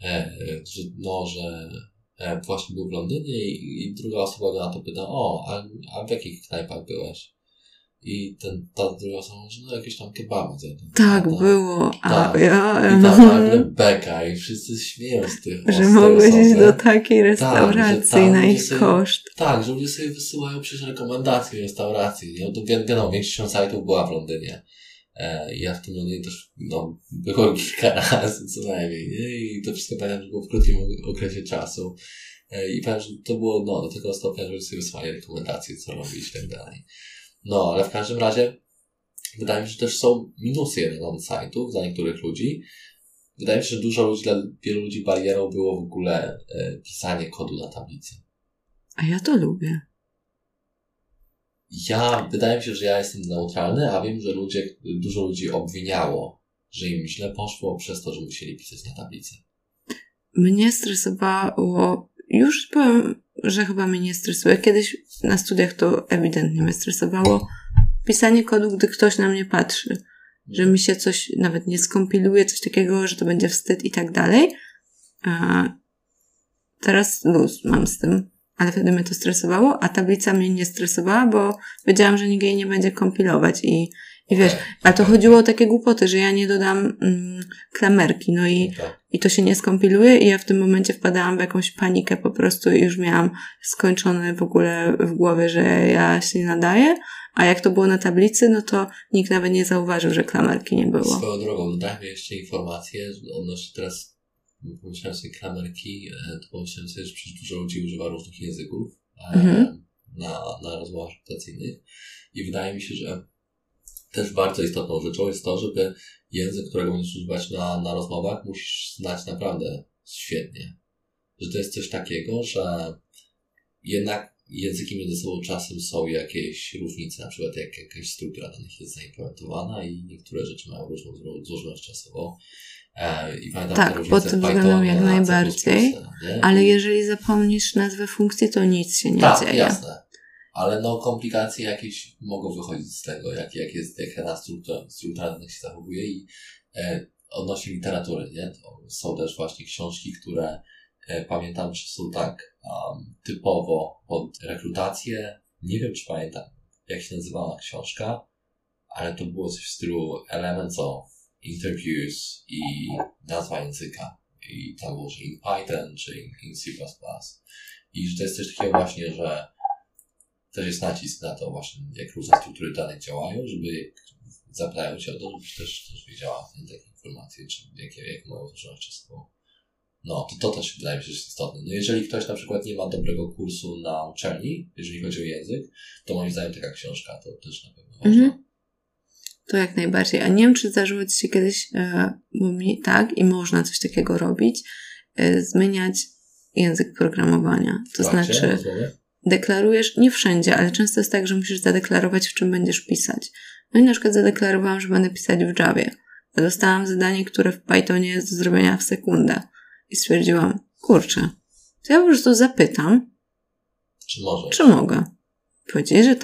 właśnie był w Londynie i druga osoba go na to pyta, a w jakich knajpach byłeś? I ta druga osoba mówi, no jakieś tam kebaby zjadłem. Tak, było. Tak. I tam nagle beka i wszyscy śmieją z tych że mogłeś iść do takiej restauracji na ich koszt. Tak, że ludzie sobie wysyłają przecież rekomendacje restauracji. No to wiadomo, większość sajtów była w Londynie. Ja w tym Londynie też, było kilka razy co najmniej, nie? I to wszystko pamiętam, że było w krótkim okresie czasu. I powiem, że to było, do tego stopnia, że sobie wysłali rekomendacje, co robić i tak dalej. No, ale w każdym razie wydaje mi się, że też są minusy jednak on-site'ów dla niektórych ludzi. Wydaje mi się, że dla wielu ludzi barierą było w ogóle pisanie kodu na tablicy. A ja to lubię. Wydaje mi się, że ja jestem neutralny, a wiem, że dużo ludzi obwiniało, że im źle poszło przez to, że musieli pisać na tablicy. Mnie stresowało, już powiem, że chyba mnie nie stresuje. Kiedyś na studiach to ewidentnie mnie stresowało pisanie kodu, gdy ktoś na mnie patrzy. Że mi się coś nawet nie skompiluje, coś takiego, że to będzie wstyd i tak dalej. Teraz luz mam z tym, ale wtedy mnie to stresowało, a tablica mnie nie stresowała, bo wiedziałam, że nikt jej nie będzie kompilować i wiesz, a to chodziło o takie głupoty, że ja nie dodam klamerki, i to się nie skompiluje i ja w tym momencie wpadałam w jakąś panikę po prostu i już miałam skończone w ogóle w głowie, że ja się nie nadaję, a jak to było na tablicy, no to nikt nawet nie zauważył, że klamerki nie było. Swoją drogą, dodajmy jeszcze informację, odnośnie teraz pomyślałem sobie klamerki, to pomyślałem sobie, że przecież dużo ludzi używa różnych języków na rozmowach rekrutacyjnych i wydaje mi się, że też bardzo istotną rzeczą jest to, żeby język, którego będziesz używać na rozmowach, musisz znać naprawdę świetnie. Że to jest coś takiego, że jednak języki między sobą czasem są jakieś różnice, na przykład jak jakaś struktura danych jest zaimplementowana i niektóre rzeczy mają różną złożoność czasową. I pamiętam tak, pod tym względem jak najbardziej, ale jeżeli zapomnisz nazwę funkcji, to nic się nie dzieje. Tak, jasne. Ale komplikacje jakieś mogą wychodzić z tego, jaka struktura danych się zachowuje i odnośnie literatury, nie? To są też właśnie książki, które pamiętam, że są tak typowo pod rekrutację. Nie wiem, czy pamiętam, jak się nazywała książka, ale to było coś w stylu Elements of Interviews i nazwa języka. I tam było, że in Python czy in C++. I że to jest coś takiego właśnie, że też jest nacisk na to właśnie, jak różne struktury danych działają, żeby zapytają cię o to, żebyś też wiedziała takie informacje, czy jak mają złożoność czasową. To też wydaje mi się, że jest istotne. Jeżeli ktoś na przykład nie ma dobrego kursu na uczelni, jeżeli chodzi o język, to moim zdaniem taka książka to też na pewno ważna. To jak najbardziej. A nie wiem, czy zdarzyło ci się kiedyś, tak, i można coś takiego robić, zmieniać język programowania. To znaczy, deklarujesz, nie wszędzie, ale często jest tak, że musisz zadeklarować, w czym będziesz pisać. No i na przykład zadeklarowałam, że będę pisać w Javie. Dostałam zadanie, które w Pythonie jest do zrobienia w sekundę. I stwierdziłam, kurczę, to ja po prostu zapytam, czy mogę. Powiedzieli, że tak.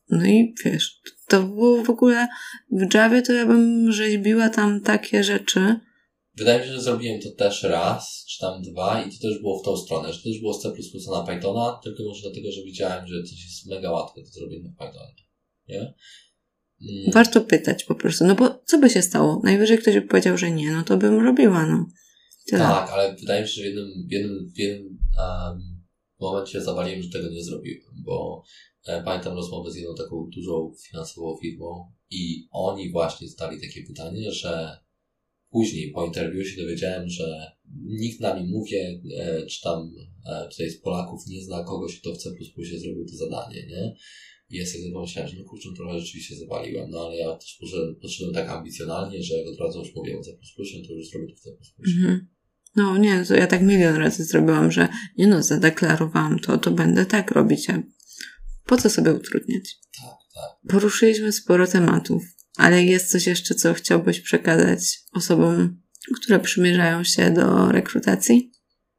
No i wiesz, to było w ogóle w Javie to ja bym rzeźbiła tam takie rzeczy. Wydaje mi się, że zrobiłem to też raz, czy tam 2 i to też było w tą stronę, że to też było z C++ na Pythona, tylko może dlatego, że widziałem, że coś jest mega łatwe do zrobienia w Pythonie. Nie? Warto pytać po prostu, no bo co by się stało? Najwyżej ktoś by powiedział, że nie, no to bym robiła, no. Tyle. Tak, ale wydaje mi się, że w jednym momencie zawaliłem, że tego nie zrobiłem, bo pamiętam rozmowę z jedną taką dużą finansową firmą i oni właśnie zadali takie pytanie, że później po interwiu się dowiedziałem, że nikt na mi mówię, czy tam tutaj z Polaków nie zna kogoś, kto w C++ zrobił to zadanie, nie? I ja sobie pomyślałem, że no kurczę, trochę rzeczywiście zawaliłem, no ale ja też podszedłem tak ambicjonalnie, że jak od razu już mówię o C++, to już zrobię to w C++. No nie, to ja tak milion razy zrobiłam, że nie no, zadeklarowałam to będę tak robić, a po co sobie utrudniać? Tak. Poruszyliśmy sporo tematów, ale jest coś jeszcze, co chciałbyś przekazać osobom, które przymierzają się do rekrutacji?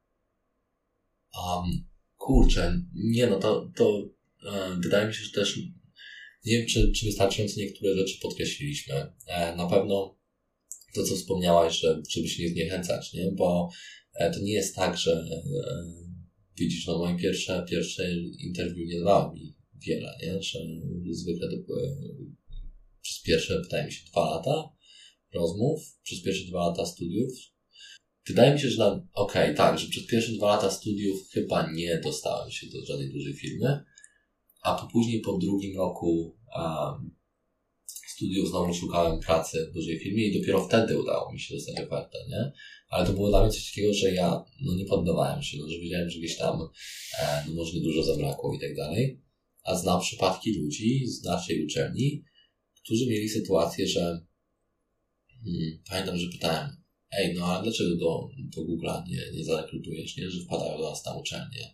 Kurczę, nie no, to wydaje mi się, że też nie wiem, czy wystarczająco niektóre rzeczy podkreśliliśmy. Na pewno to, co wspomniałaś, żeby się nie zniechęcać, nie? Bo to nie jest tak, że widzisz, no moje pierwsze interwiu nie dawało mi wiele, nie? Że zwykle to były przez pierwsze, wydaje mi się, 2 lata rozmów, przez pierwsze 2 lata studiów. Wydaje mi się, że że przez pierwsze 2 lata studiów chyba nie dostałem się do żadnej dużej firmy, a później po 2 roku studiów znowu szukałem pracy w dużej firmie i dopiero wtedy udało mi się dostać ofertę, nie? Ale to było dla mnie coś takiego, że ja nie poddawałem się, że wiedziałem, że gdzieś tam może niedużo zabrakło i tak dalej. A znam przypadki ludzi z naszej uczelni, którzy mieli sytuację, że pamiętam, że pytałem, no ale dlaczego do Google'a nie zarekrutujesz, nie? Że wpadają do nas na uczelnię.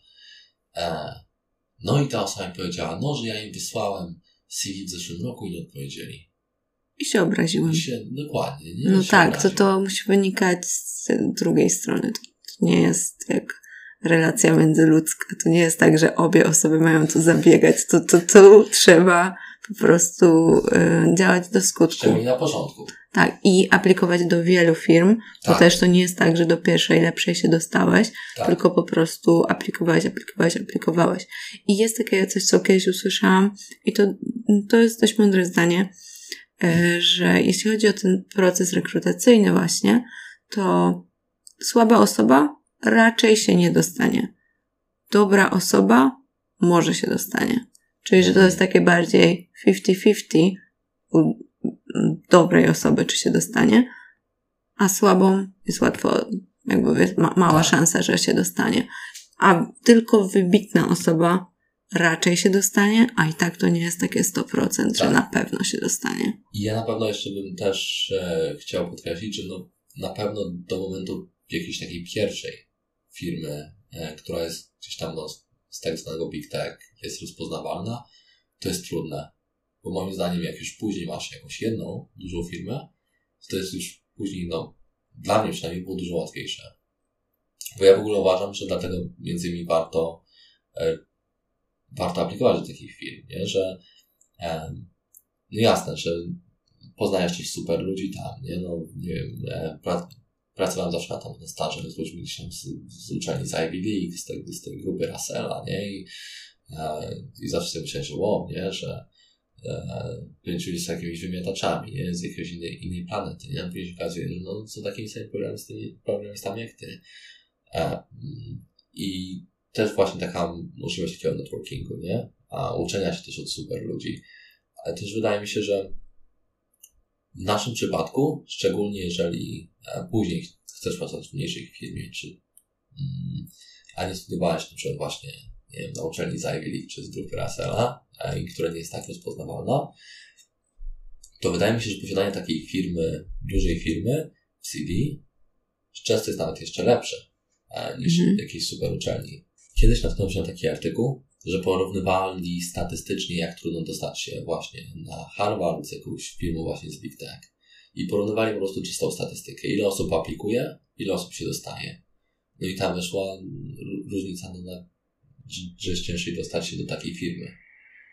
No i ta osoba mi powiedziała, że ja im wysłałem CV w zeszłym roku i nie odpowiedzieli. I się obraziłem. Dokładnie. Nie? No tak, to musi wynikać z drugiej strony. To nie jest jak relacja międzyludzka. To nie jest tak, że obie osoby mają tu zabiegać. To trzeba po prostu działać do skutku. Szczególnie na początku. Tak, i aplikować do wielu firm. To też to nie jest tak, że do pierwszej lepszej się dostałeś, tylko po prostu aplikowałeś. I jest takie coś, co kiedyś usłyszałam i to jest dość mądre zdanie, że jeśli chodzi o ten proces rekrutacyjny właśnie, to słaba osoba raczej się nie dostanie. Dobra osoba może się dostanie. Czyli, że to jest takie bardziej 50-50 u dobrej osoby, czy się dostanie, a słabą jest łatwo, mała szansa, że się dostanie. A tylko wybitna osoba raczej się dostanie, a i tak to nie jest takie 100%, że na pewno się dostanie. I ja na pewno jeszcze bym też chciał podkreślić, że na pewno do momentu jakiejś takiej pierwszej firmy, która jest gdzieś tam z tak zwanego Big Tech, jest rozpoznawalna, to jest trudne. Bo moim zdaniem, jak już później masz jakąś jedną dużą firmę, to jest już później, dla mnie przynajmniej było dużo łatwiejsze. Bo ja w ogóle uważam, że dlatego między innymi warto aplikować do takich firm, nie? Że jasne, że poznajesz też super ludzi tam, nie? Nie wiem, pracowałem zawsze na stażach z ludźmi gdzieś tam z uczelni z Ivy League, z tej grupy Russella, nie? I zawsze sobie myślałem, że nie? Że kończyli z jakimiś wymiataczami, nie? Z jakiejś innej planety, nie? A później się okazuje, że są takimi samymi programistami jak ty. I też właśnie taka możliwość takiego networkingu, nie? A uczenia się też od super ludzi. Ale też wydaje mi się, że w naszym przypadku, szczególnie jeżeli później chcesz pracować w mniejszej firmie, a nie studiowałeś na przykład właśnie, nie wiem, na uczelni z Ivy League czy z grupy Russella, która nie jest tak rozpoznawalna, to wydaje mi się, że posiadanie takiej firmy, dużej firmy w CV często jest nawet jeszcze lepsze niż jakiejś super uczelni. Kiedyś natknąłem się na taki artykuł, że porównywali statystycznie, jak trudno dostać się właśnie na Harvard z jakąś firmą właśnie z Big Tech. I porównywali po prostu czystą statystykę. Ile osób aplikuje, ile osób się dostaje. No i tam wyszła różnica, że jest ciężej dostać się do takiej firmy.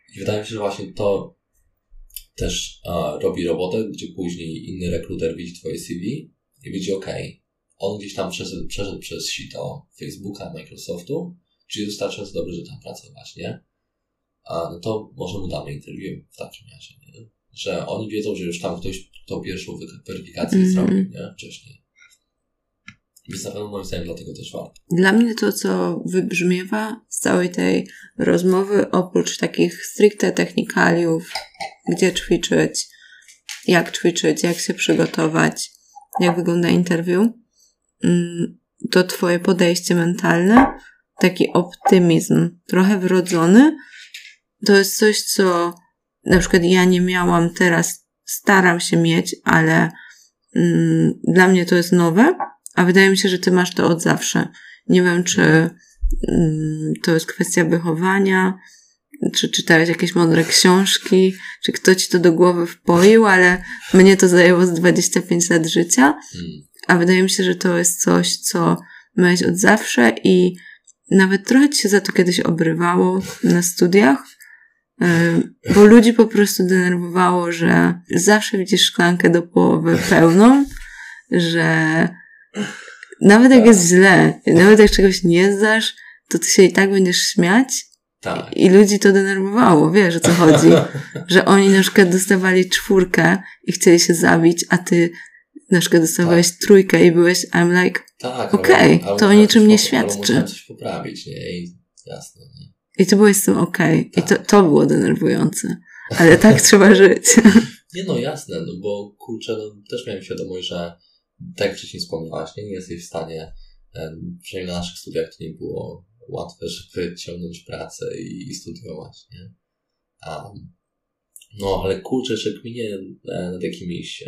I wydaje mi się, że właśnie to też robi robotę, gdzie później inny rekruter widzi twoje CV i widzi, on gdzieś tam przeszedł przez sito Facebooka, Microsoftu, czyli wystarczająco dobry, że tam pracować, nie? No to może mu damy interview w takim razie, nie? Że oni wiedzą, że już tam ktoś tą pierwszą weryfikację zrobił, nie? Wcześniej. Więc na pewno moim zdaniem dlatego też warto. Dla mnie to, co wybrzmiewa z całej tej rozmowy, oprócz takich stricte technikaliów, gdzie ćwiczyć, jak się przygotować, jak wygląda interview, to twoje podejście mentalne, taki optymizm trochę wrodzony, to jest coś, co na przykład ja nie miałam, teraz staram się mieć, ale dla mnie to jest nowe, a wydaje mi się, że ty masz to od zawsze. Nie wiem, czy to jest kwestia wychowania, czy czytałeś jakieś mądre książki, czy kto ci to do głowy wpoił, ale mnie to zajęło z 25 lat życia, a wydaje mi się, że to jest coś, co miałeś od zawsze i nawet trochę ci się za to kiedyś obrywało na studiach, bo ludzi po prostu denerwowało, że zawsze widzisz szklankę do połowy pełną, że nawet jak jest źle, nawet jak czegoś nie zdasz, to ty się i tak będziesz śmiać. Tak. I ludzi to denerwowało, wiesz o co chodzi. Że oni na przykład dostawali 4 i chcieli się zabić, a ty na przykład dostawałeś 3 i byłeś, I'm like, okej, to o niczym nie świadczy. Musiałem coś poprawić, nie? I jasne, nie? I ty byłeś z tym okej. I to było denerwujące. Ale tak trzeba żyć. Nie no, jasne, no bo kurczę, też miałem świadomość, że tak jak wcześniej wspomniałaś, nie jesteś w stanie, przynajmniej na naszych studiach to nie było łatwe, żeby ciągnąć pracę i studiować, nie? No, ale kurczę, jeszcze kminię nad jakimiś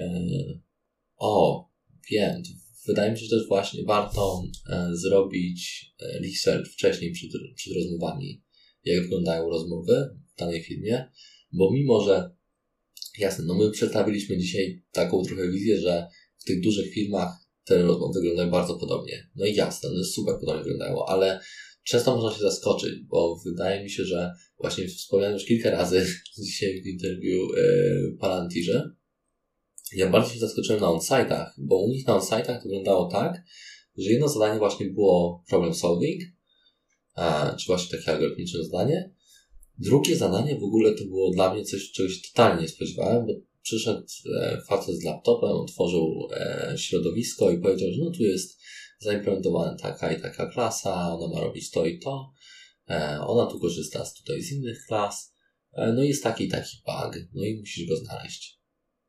wiem, wydaje mi się, że też właśnie warto zrobić research wcześniej przed rozmowami, jak wyglądają rozmowy w danej firmie, bo mimo, że jasne, no my przedstawiliśmy dzisiaj taką trochę wizję, że w tych dużych firmach te rozmowy wyglądają bardzo podobnie. No i jasne, one super podobnie wyglądają, ale często można się zaskoczyć, bo wydaje mi się, że właśnie wspomniałem już kilka razy dzisiaj w interwiu Palantirze. Ja bardzo się zaskoczyłem na on-site'ach, bo u nich na on-site'ach to wyglądało tak, że jedno zadanie właśnie było problem solving, czy właśnie takie algorytmiczne zadanie. Drugie zadanie w ogóle to było dla mnie coś, czego się totalnie nie spodziewałem, bo przyszedł facet z laptopem, otworzył środowisko i powiedział, że no tu jest zaimplementowana taka i taka klasa, ona ma robić to i to, ona tu korzysta tutaj z innych klas, no jest taki i taki bug, no i musisz go znaleźć.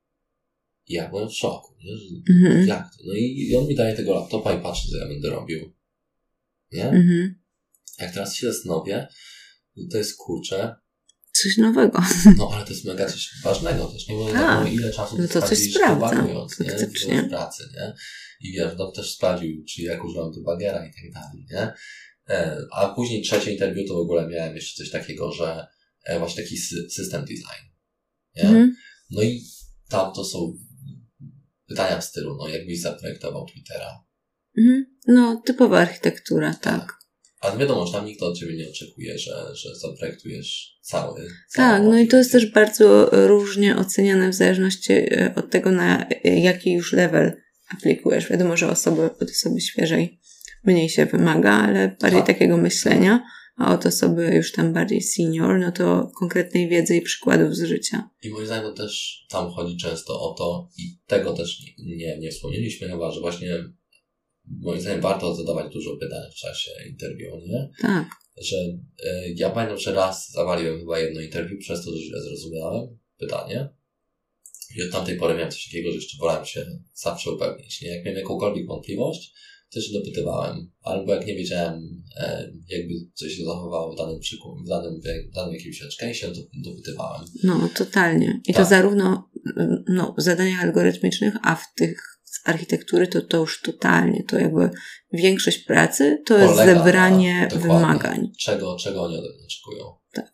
I ja byłem w szoku, nie? Że jak to? No i on mi daje tego laptopa i patrzy, co ja będę robił. Nie? Jak teraz się zastanowię, to jest kurczę. Coś nowego. No, ale to jest mega coś ważnego też, nie? Bo wiadomo, ile czasu no to coś sprawdza. Nie? W pracy, nie? I wiesz, no też sprawdził, czy jak używam debugera i tak dalej, nie? A później trzecie interview to w ogóle miałem jeszcze coś takiego, że właśnie taki system design, nie? No i tam to są pytania w stylu, no jakbyś zaprojektował Twittera. No, typowa architektura, tak. Ale wiadomo, że tam nikt od ciebie nie oczekuje, że zaprojektujesz cały tak, no i to jest też bardzo różnie oceniane w zależności od tego, na jaki już level aplikujesz. Wiadomo, że od osoby świeżej mniej się wymaga, ale bardziej takiego myślenia, a od osoby już tam bardziej senior, no to konkretnej wiedzy i przykładów z życia. I moim zdaniem to też tam chodzi często o to i tego też nie wspomnieliśmy chyba, że właśnie moim zdaniem warto zadawać dużo pytań w czasie interwiu, nie? Tak. Że ja pamiętam, że raz zawaliłem chyba jedno interwiu przez to, że źle zrozumiałem pytanie i od tamtej pory miałem coś takiego, że jeszcze wolałem się zawsze upewnić, nie? Jak miałem jakąkolwiek wątpliwość, to się dopytywałem, albo jak nie wiedziałem, jakby coś się zachowało w danym jakimś edge case'ie, to dopytywałem. No, totalnie. I to zarówno w zadaniach algorytmicznych, a w tych z architektury to już totalnie, to jakby większość pracy to jest zebranie wymagań. Czego oni ode mnie oczekują. Tak.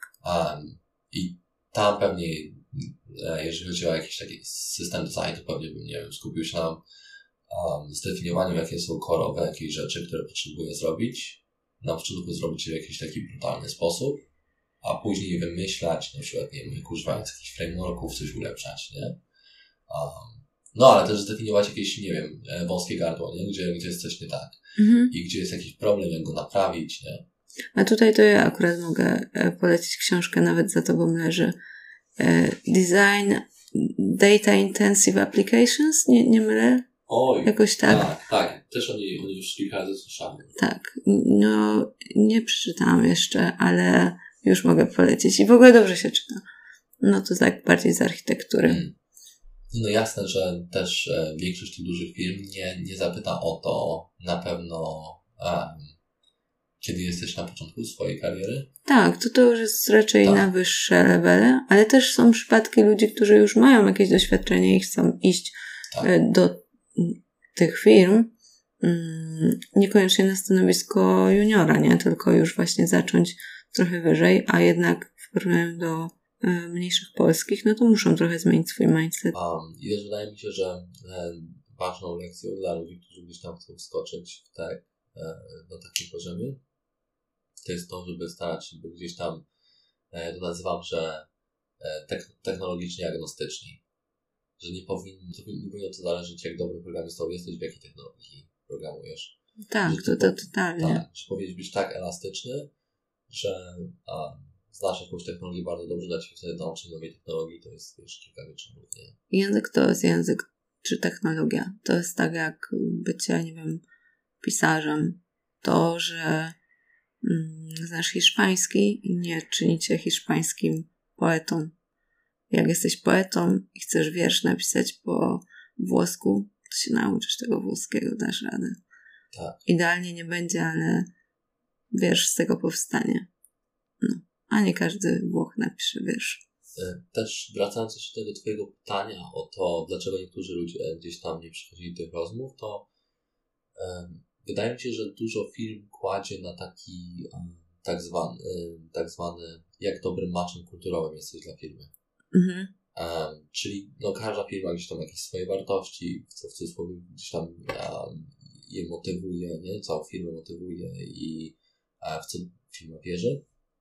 I tam pewnie, jeżeli chodzi o jakiś taki system design, to pewnie bym, nie wiem, skupił się na zdefiniowaniu, jakie są korowe, jakieś rzeczy, które potrzebuję zrobić. Na początku zrobić je w jakiś taki brutalny sposób. a później wymyślać, na przykład, nie wiem, jak używając jakichś frameworków, coś ulepszać, nie? No, ale też zdefiniować jakieś, nie wiem, wąskie gardło, nie? Gdzie jest coś nie tak. I gdzie jest jakiś problem, jak go naprawić, nie? A tutaj to ja akurat mogę polecić książkę, nawet za tobą leży. Design Data Intensive Applications, nie mylę? Oj, jakoś tak. Tak. Też o niej już kilka razy słyszałem. Tak. No, nie przeczytałam jeszcze, ale już mogę polecić. I w ogóle dobrze się czyta. No to tak bardziej z architektury. No jasne, że też większość tych dużych firm nie zapyta o to na pewno, kiedy jesteś na początku swojej kariery. Tak, to już jest raczej na wyższe levele, ale też są przypadki ludzi, którzy już mają jakieś doświadczenie i chcą iść do tych firm, niekoniecznie na stanowisko juniora, nie? Tylko już właśnie zacząć trochę wyżej, a jednak w porównaniu do mniejszych polskich, no to muszą trochę zmienić swój mindset. I też wydaje mi się, że ważną lekcją dla ludzi, którzy gdzieś tam chcą wskoczyć w tech na takim poziomie, to jest to, żeby starać się być gdzieś tam, to nazywam, że technologicznie agnostyczni. Że nie powinno to zależeć, jak dobry programistą jesteś, w jakiej technologii programujesz. Tak, to totalnie. Tak, że powinieneś być tak elastyczny, że znasz jakąś technologię bardzo dobrze, dać się wtedy nauczyć nowej technologii, to jest już kilka wieczorów, nie? Język to jest język, czy technologia. To jest tak jak bycie, nie wiem, pisarzem. To, że znasz hiszpański, nie czyni cię hiszpańskim poetą. Jak jesteś poetą i chcesz wiersz napisać po włosku, to się nauczysz tego włoskiego, dasz radę. Tak. Idealnie nie będzie, ale wiersz z tego powstanie. No. A nie każdy Włoch napisze wiersz. Też wracając jeszcze do tego twojego pytania o to, dlaczego niektórzy ludzie gdzieś tam nie przychodzili do tych rozmów, to wydaje mi się, że dużo firm kładzie na taki tak zwany jak dobrym matchem kulturowym jesteś dla firmy. Czyli każda firma gdzieś tam jakieś swoje wartości, co w cudzysłowie gdzieś tam je motywuje, nie? Całą firmę motywuje i w co firma wierzy.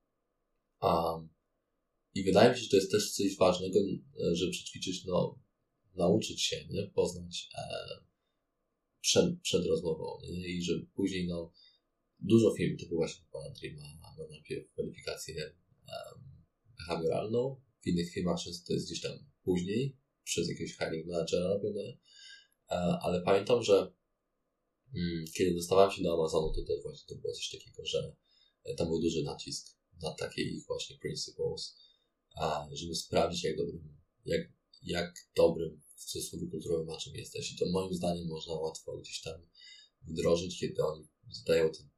I wydaje mi się, że to jest też coś ważnego, żeby przećwiczyć, nauczyć się, nie? Poznać przed rozmową, nie? I że później, dużo firm typu właśnie Panadrima ma najpierw weryfikację behawioralną, w innych firmach często to jest gdzieś tam później, przez jakiegoś hiring managera robione, ale pamiętam, że kiedy dostawałem się do Amazonu, to też właśnie to było coś takiego, że tam był duży nacisk na takie ich właśnie principles, żeby sprawdzić, jak dobrym w cudzysłowie kulturowym matchem jesteś. I to moim zdaniem można łatwo gdzieś tam wdrożyć, kiedy oni zadają te,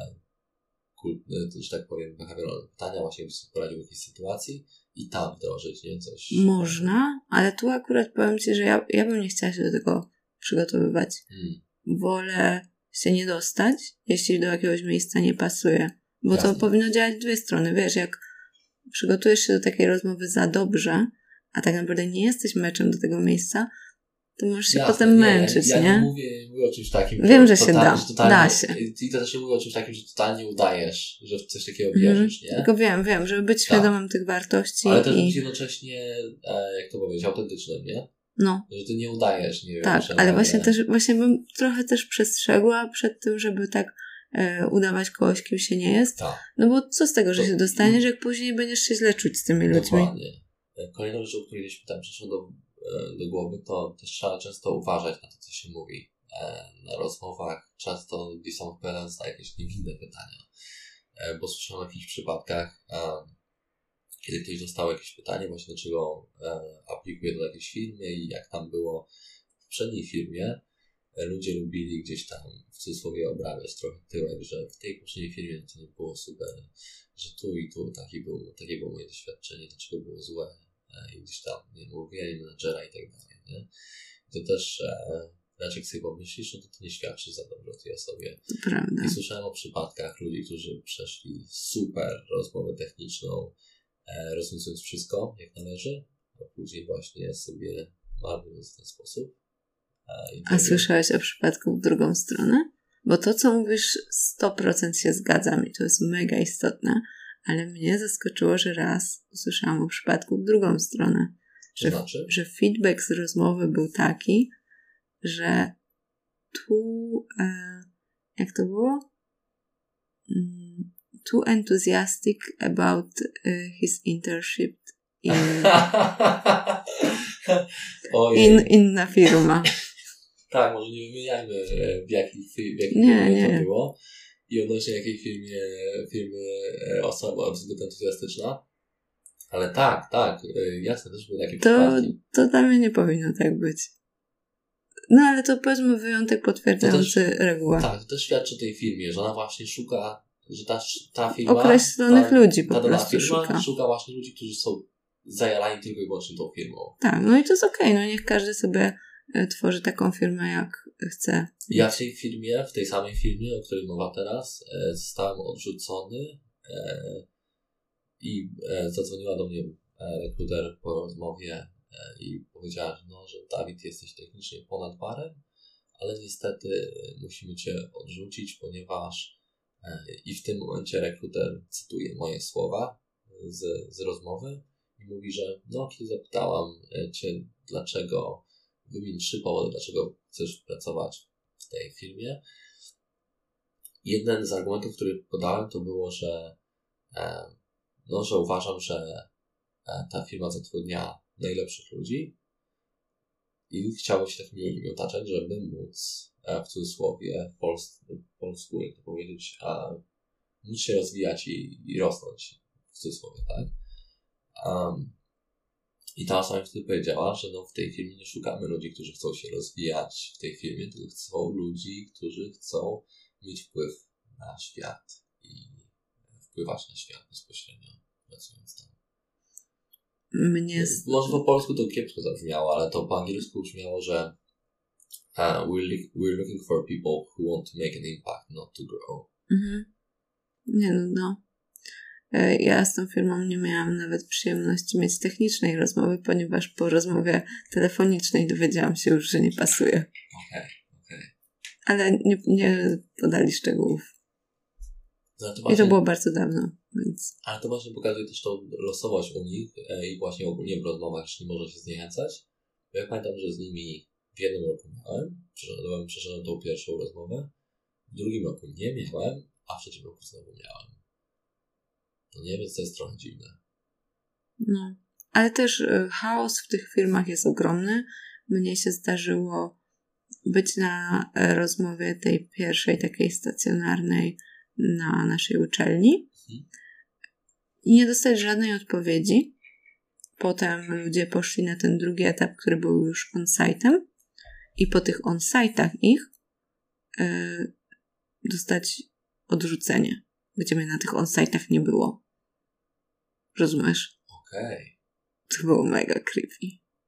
że tak powiem, behawioralne pytania, właśnie byś sobie poradził w jakiejś sytuacji i tam wdrożyć, nie? Coś. Można, ale tu akurat powiem Ci, że ja bym nie chciała się do tego przygotowywać. Wolę się nie dostać, jeśli do jakiegoś miejsca nie pasuje. Bo to powinno działać dwie strony. Wiesz, jak przygotujesz się do takiej rozmowy za dobrze, a tak naprawdę nie jesteś meczem do tego miejsca, to możesz się potem męczyć, nie? Ja nie mówię o czymś takim. Wiem, że się da. Da się. I to też nie mówię o czymś takim, że totalnie udajesz, że w coś takiego wierzysz, nie? Tylko wiem, żeby być świadomym tych wartości. Ale też być jednocześnie, jak to powiedzieć, autentycznym, nie? No. Że ty nie udajesz, nie wiem. Tak, ale właśnie bym trochę też przestrzegła przed tym, żeby tak udawać kogoś, kim się nie jest. Tak. No bo co z tego, że się dostaniesz, jak później będziesz się źle czuć z tymi ludźmi. Dokładnie. Kolejną rzeczą, o której gdzieś mi tam przyszło do głowy, to też trzeba często uważać na to, co się mówi. Na rozmowach często gdzieś są odpowiadając na jakieś niewinne pytania. Bo słyszałem w jakichś przypadkach, kiedy ktoś dostał jakieś pytanie właśnie, dlaczego aplikuje do jakiejś firmy i jak tam było w poprzedniej firmie, ludzie lubili gdzieś tam w cudzysłowie obrabiać trochę tyłek, że w tej poprzedniej firmie to nie było super, że tu i tu takie było moje doświadczenie, dlaczego było złe i gdzieś tam mówienie menadżera i tak dalej, nie? I to też raczej sobie pomyślisz, no to nie świadczy za dobrze o tej osobie. To prawda. I słyszałem o przypadkach ludzi, którzy przeszli super rozmowę techniczną, rozwiązując wszystko jak należy, a później właśnie sobie marnując w ten sposób. A słyszałeś o przypadku w drugą stronę? Bo to, co mówisz, 100% się zgadzam i to jest mega istotne, Ale mnie zaskoczyło, że raz usłyszałam o przypadku w drugą stronę. Że feedback z rozmowy był taki, że jak to było? Too enthusiastic about his internship inna firma. Tak, może nie wymieniajmy w jakiej firmie to było i odnośnie jakiej firmy osoba była zbyt entuzjastyczna. Ale tak, jasne, też były takie przypadki. To dla mnie nie powinno tak być. No ale to powiedzmy wyjątek potwierdzający regułę. Tak, to też świadczy o tej firmie, że ona właśnie szuka, że ta firma... określonych ludzi po prostu szuka właśnie ludzi, którzy są zajarani tylko i wyłącznie tą firmą. Tak, no i to jest okej, no niech każdy sobie tworzy taką firmę jak chce. Ja w tej firmie, w tej samej firmie, o której mowa teraz, zostałem odrzucony i zadzwoniła do mnie rekruter po rozmowie i powiedziała, że Dawid, jesteś technicznie ponad barem, ale niestety musimy Cię odrzucić, ponieważ i w tym momencie rekruter cytuje moje słowa z rozmowy i mówi, że kiedy zapytałam Cię, dlaczego, wymień 3 powody, dlaczego chcesz pracować w tej firmie. Jeden z argumentów, który podałem, to było, że uważam, że ta firma zatrudnia najlepszych ludzi i chciałbym się takimi ludźmi otaczać, żeby móc w cudzysłowie polsku, jak to powiedzieć, móc się rozwijać i rosnąć w cudzysłowie, tak? I ta osoba mi wtedy powiedziała, że w tej firmie nie szukamy ludzi, którzy chcą się rozwijać w tej firmie, tylko chcą ludzi, którzy chcą mieć wpływ na świat i wpływać na świat bezpośrednio pracując tam. Może po polsku to kiepsko zabrzmiało, ale to po angielsku brzmiało, że we're looking for people who want to make an impact, not to grow. No. Ja z tą firmą nie miałam nawet przyjemności mieć technicznej rozmowy, ponieważ po rozmowie telefonicznej dowiedziałam się już, że nie pasuje. Okej. Ale nie podali szczegółów. I to było bardzo dawno. Więc... Ale to właśnie pokazuje też tą losowość u nich i właśnie ogólnie w rozmowach nie można się zniechęcać. Ja pamiętam, że z nimi w jednym roku przeszedłem tą pierwszą rozmowę, w drugim roku nie miałem, a w trzecim roku znowu miałem. Więc to jest trochę dziwne. No, ale też chaos w tych firmach jest ogromny. Mnie się zdarzyło być na rozmowie tej pierwszej, takiej stacjonarnej na naszej uczelni i nie dostać żadnej odpowiedzi. Potem ludzie poszli na ten drugi etap, który był już on-site'em i po tych on-site'ach ich dostać odrzucenie, gdzie mnie na tych on-site'ach nie było. Rozumiesz? Okej. To było mega creepy.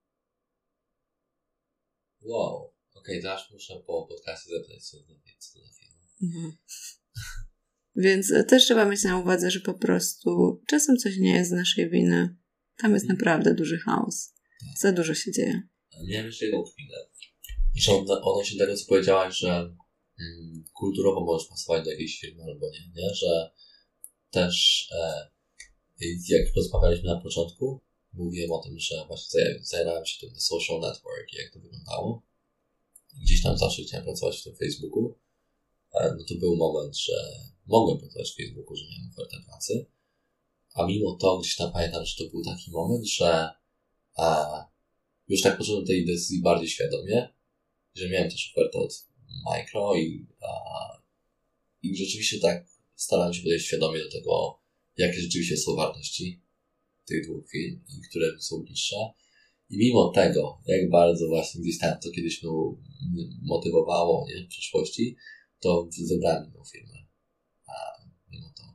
Wow. Okej, to aż muszę po podcastie zapytać, co to za film. Więc też trzeba mieć na uwadze, że po prostu czasem coś nie jest z naszej winy. Tam jest naprawdę duży chaos. Za dużo się dzieje. Miałem jeszcze jedną chwilę. Że odnośnie tego, co powiedziałaś, że kulturowo możesz pasować do jakiejś firmy albo nie? Że też jak rozmawialiśmy na początku, mówiłem o tym, że właśnie zajmowałem się tym social network i jak to wyglądało. Gdzieś tam zawsze chciałem pracować w tym Facebooku. To był moment, że mogłem pracować w Facebooku, że miałem ofertę pracy. A mimo to gdzieś tam pamiętam, że to był taki moment, że już tak podszedłem do tej decyzji bardziej świadomie, że miałem też ofertę od Micro i rzeczywiście tak starałem się podejść świadomie do tego, jakie rzeczywiście są wartości tych dwóch firm i które mi są bliższe. I mimo tego, jak bardzo właśnie gdzieś tam to kiedyś mnie motywowało w przeszłości, to zebrałem inną firmę. Mimo to.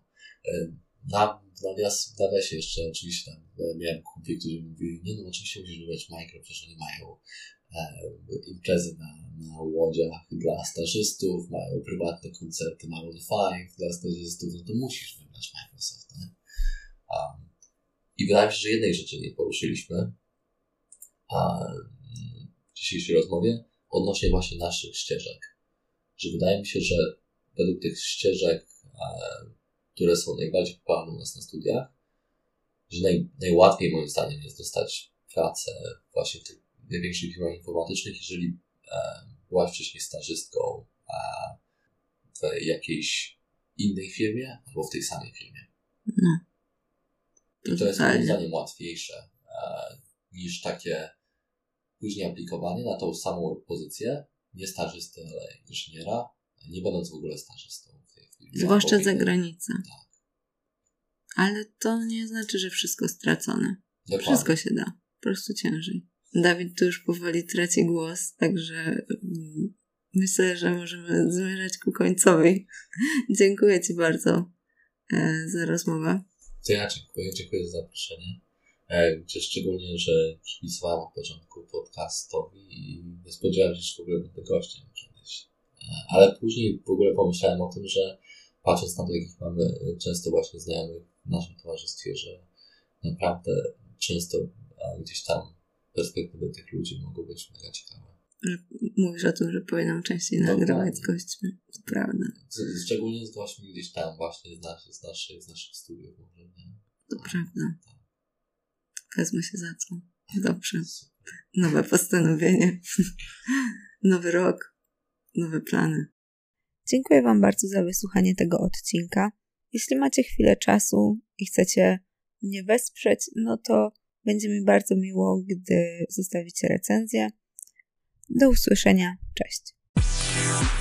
W nawiasie jeszcze oczywiście tam miałem kumpli, którzy mówili, oczywiście musisz wybrać Micro, przecież oni mają imprezy na łodziach dla stażystów, mają prywatne koncerty Maroon 5 dla stażystów, to musisz wybrać Microsoft. Nie? I wydaje mi się, że jednej rzeczy nie poruszyliśmy w dzisiejszej rozmowie odnośnie właśnie naszych ścieżek. Że wydaje mi się, że według tych ścieżek, które są najbardziej popularne u nas na studiach, że najłatwiej moim zdaniem jest dostać pracę właśnie w tych największych firmach informatycznych, jeżeli byłaś wcześniej stażystką w jakiejś innej firmie albo w tej samej firmie. No. I to jest moim zdaniem łatwiejsze niż takie później aplikowanie na tą samą pozycję, nie stażysty, ale inżyniera, nie będąc w ogóle stażystą w tej firmie. Zwłaszcza za granicą. Tak. Ale to nie znaczy, że wszystko stracone. Dokładnie. Wszystko się da. Po prostu ciężej. Dawid tu już powoli traci głos, także myślę, że możemy zmierzać ku końcowi. Dziękuję Ci bardzo za rozmowę. To ja dziękuję za zaproszenie. Szczególnie, że kibicowałem od początku podcastowi i nie spodziewałem się, że w ogóle będę gościem kiedyś. Ale później w ogóle pomyślałem o tym, że patrząc na to, jakich mamy często właśnie znajomych w naszym towarzystwie, że naprawdę często gdzieś tam perspektywy tych ludzi mogą być mega ciekawe. Mówisz o tym, że powinnam częściej nagrywać z gośćmi. To prawda. Szczególnie z gośćmi gdzieś tam właśnie z naszych studiów. Może, nie? To prawda. Wezmę się za to. Dobrze. Nowe postanowienie. Nowy rok. Nowe plany. Dziękuję Wam bardzo za wysłuchanie tego odcinka. Jeśli macie chwilę czasu i chcecie mnie wesprzeć, no to będzie mi bardzo miło, gdy zostawicie recenzję. Do usłyszenia. Cześć.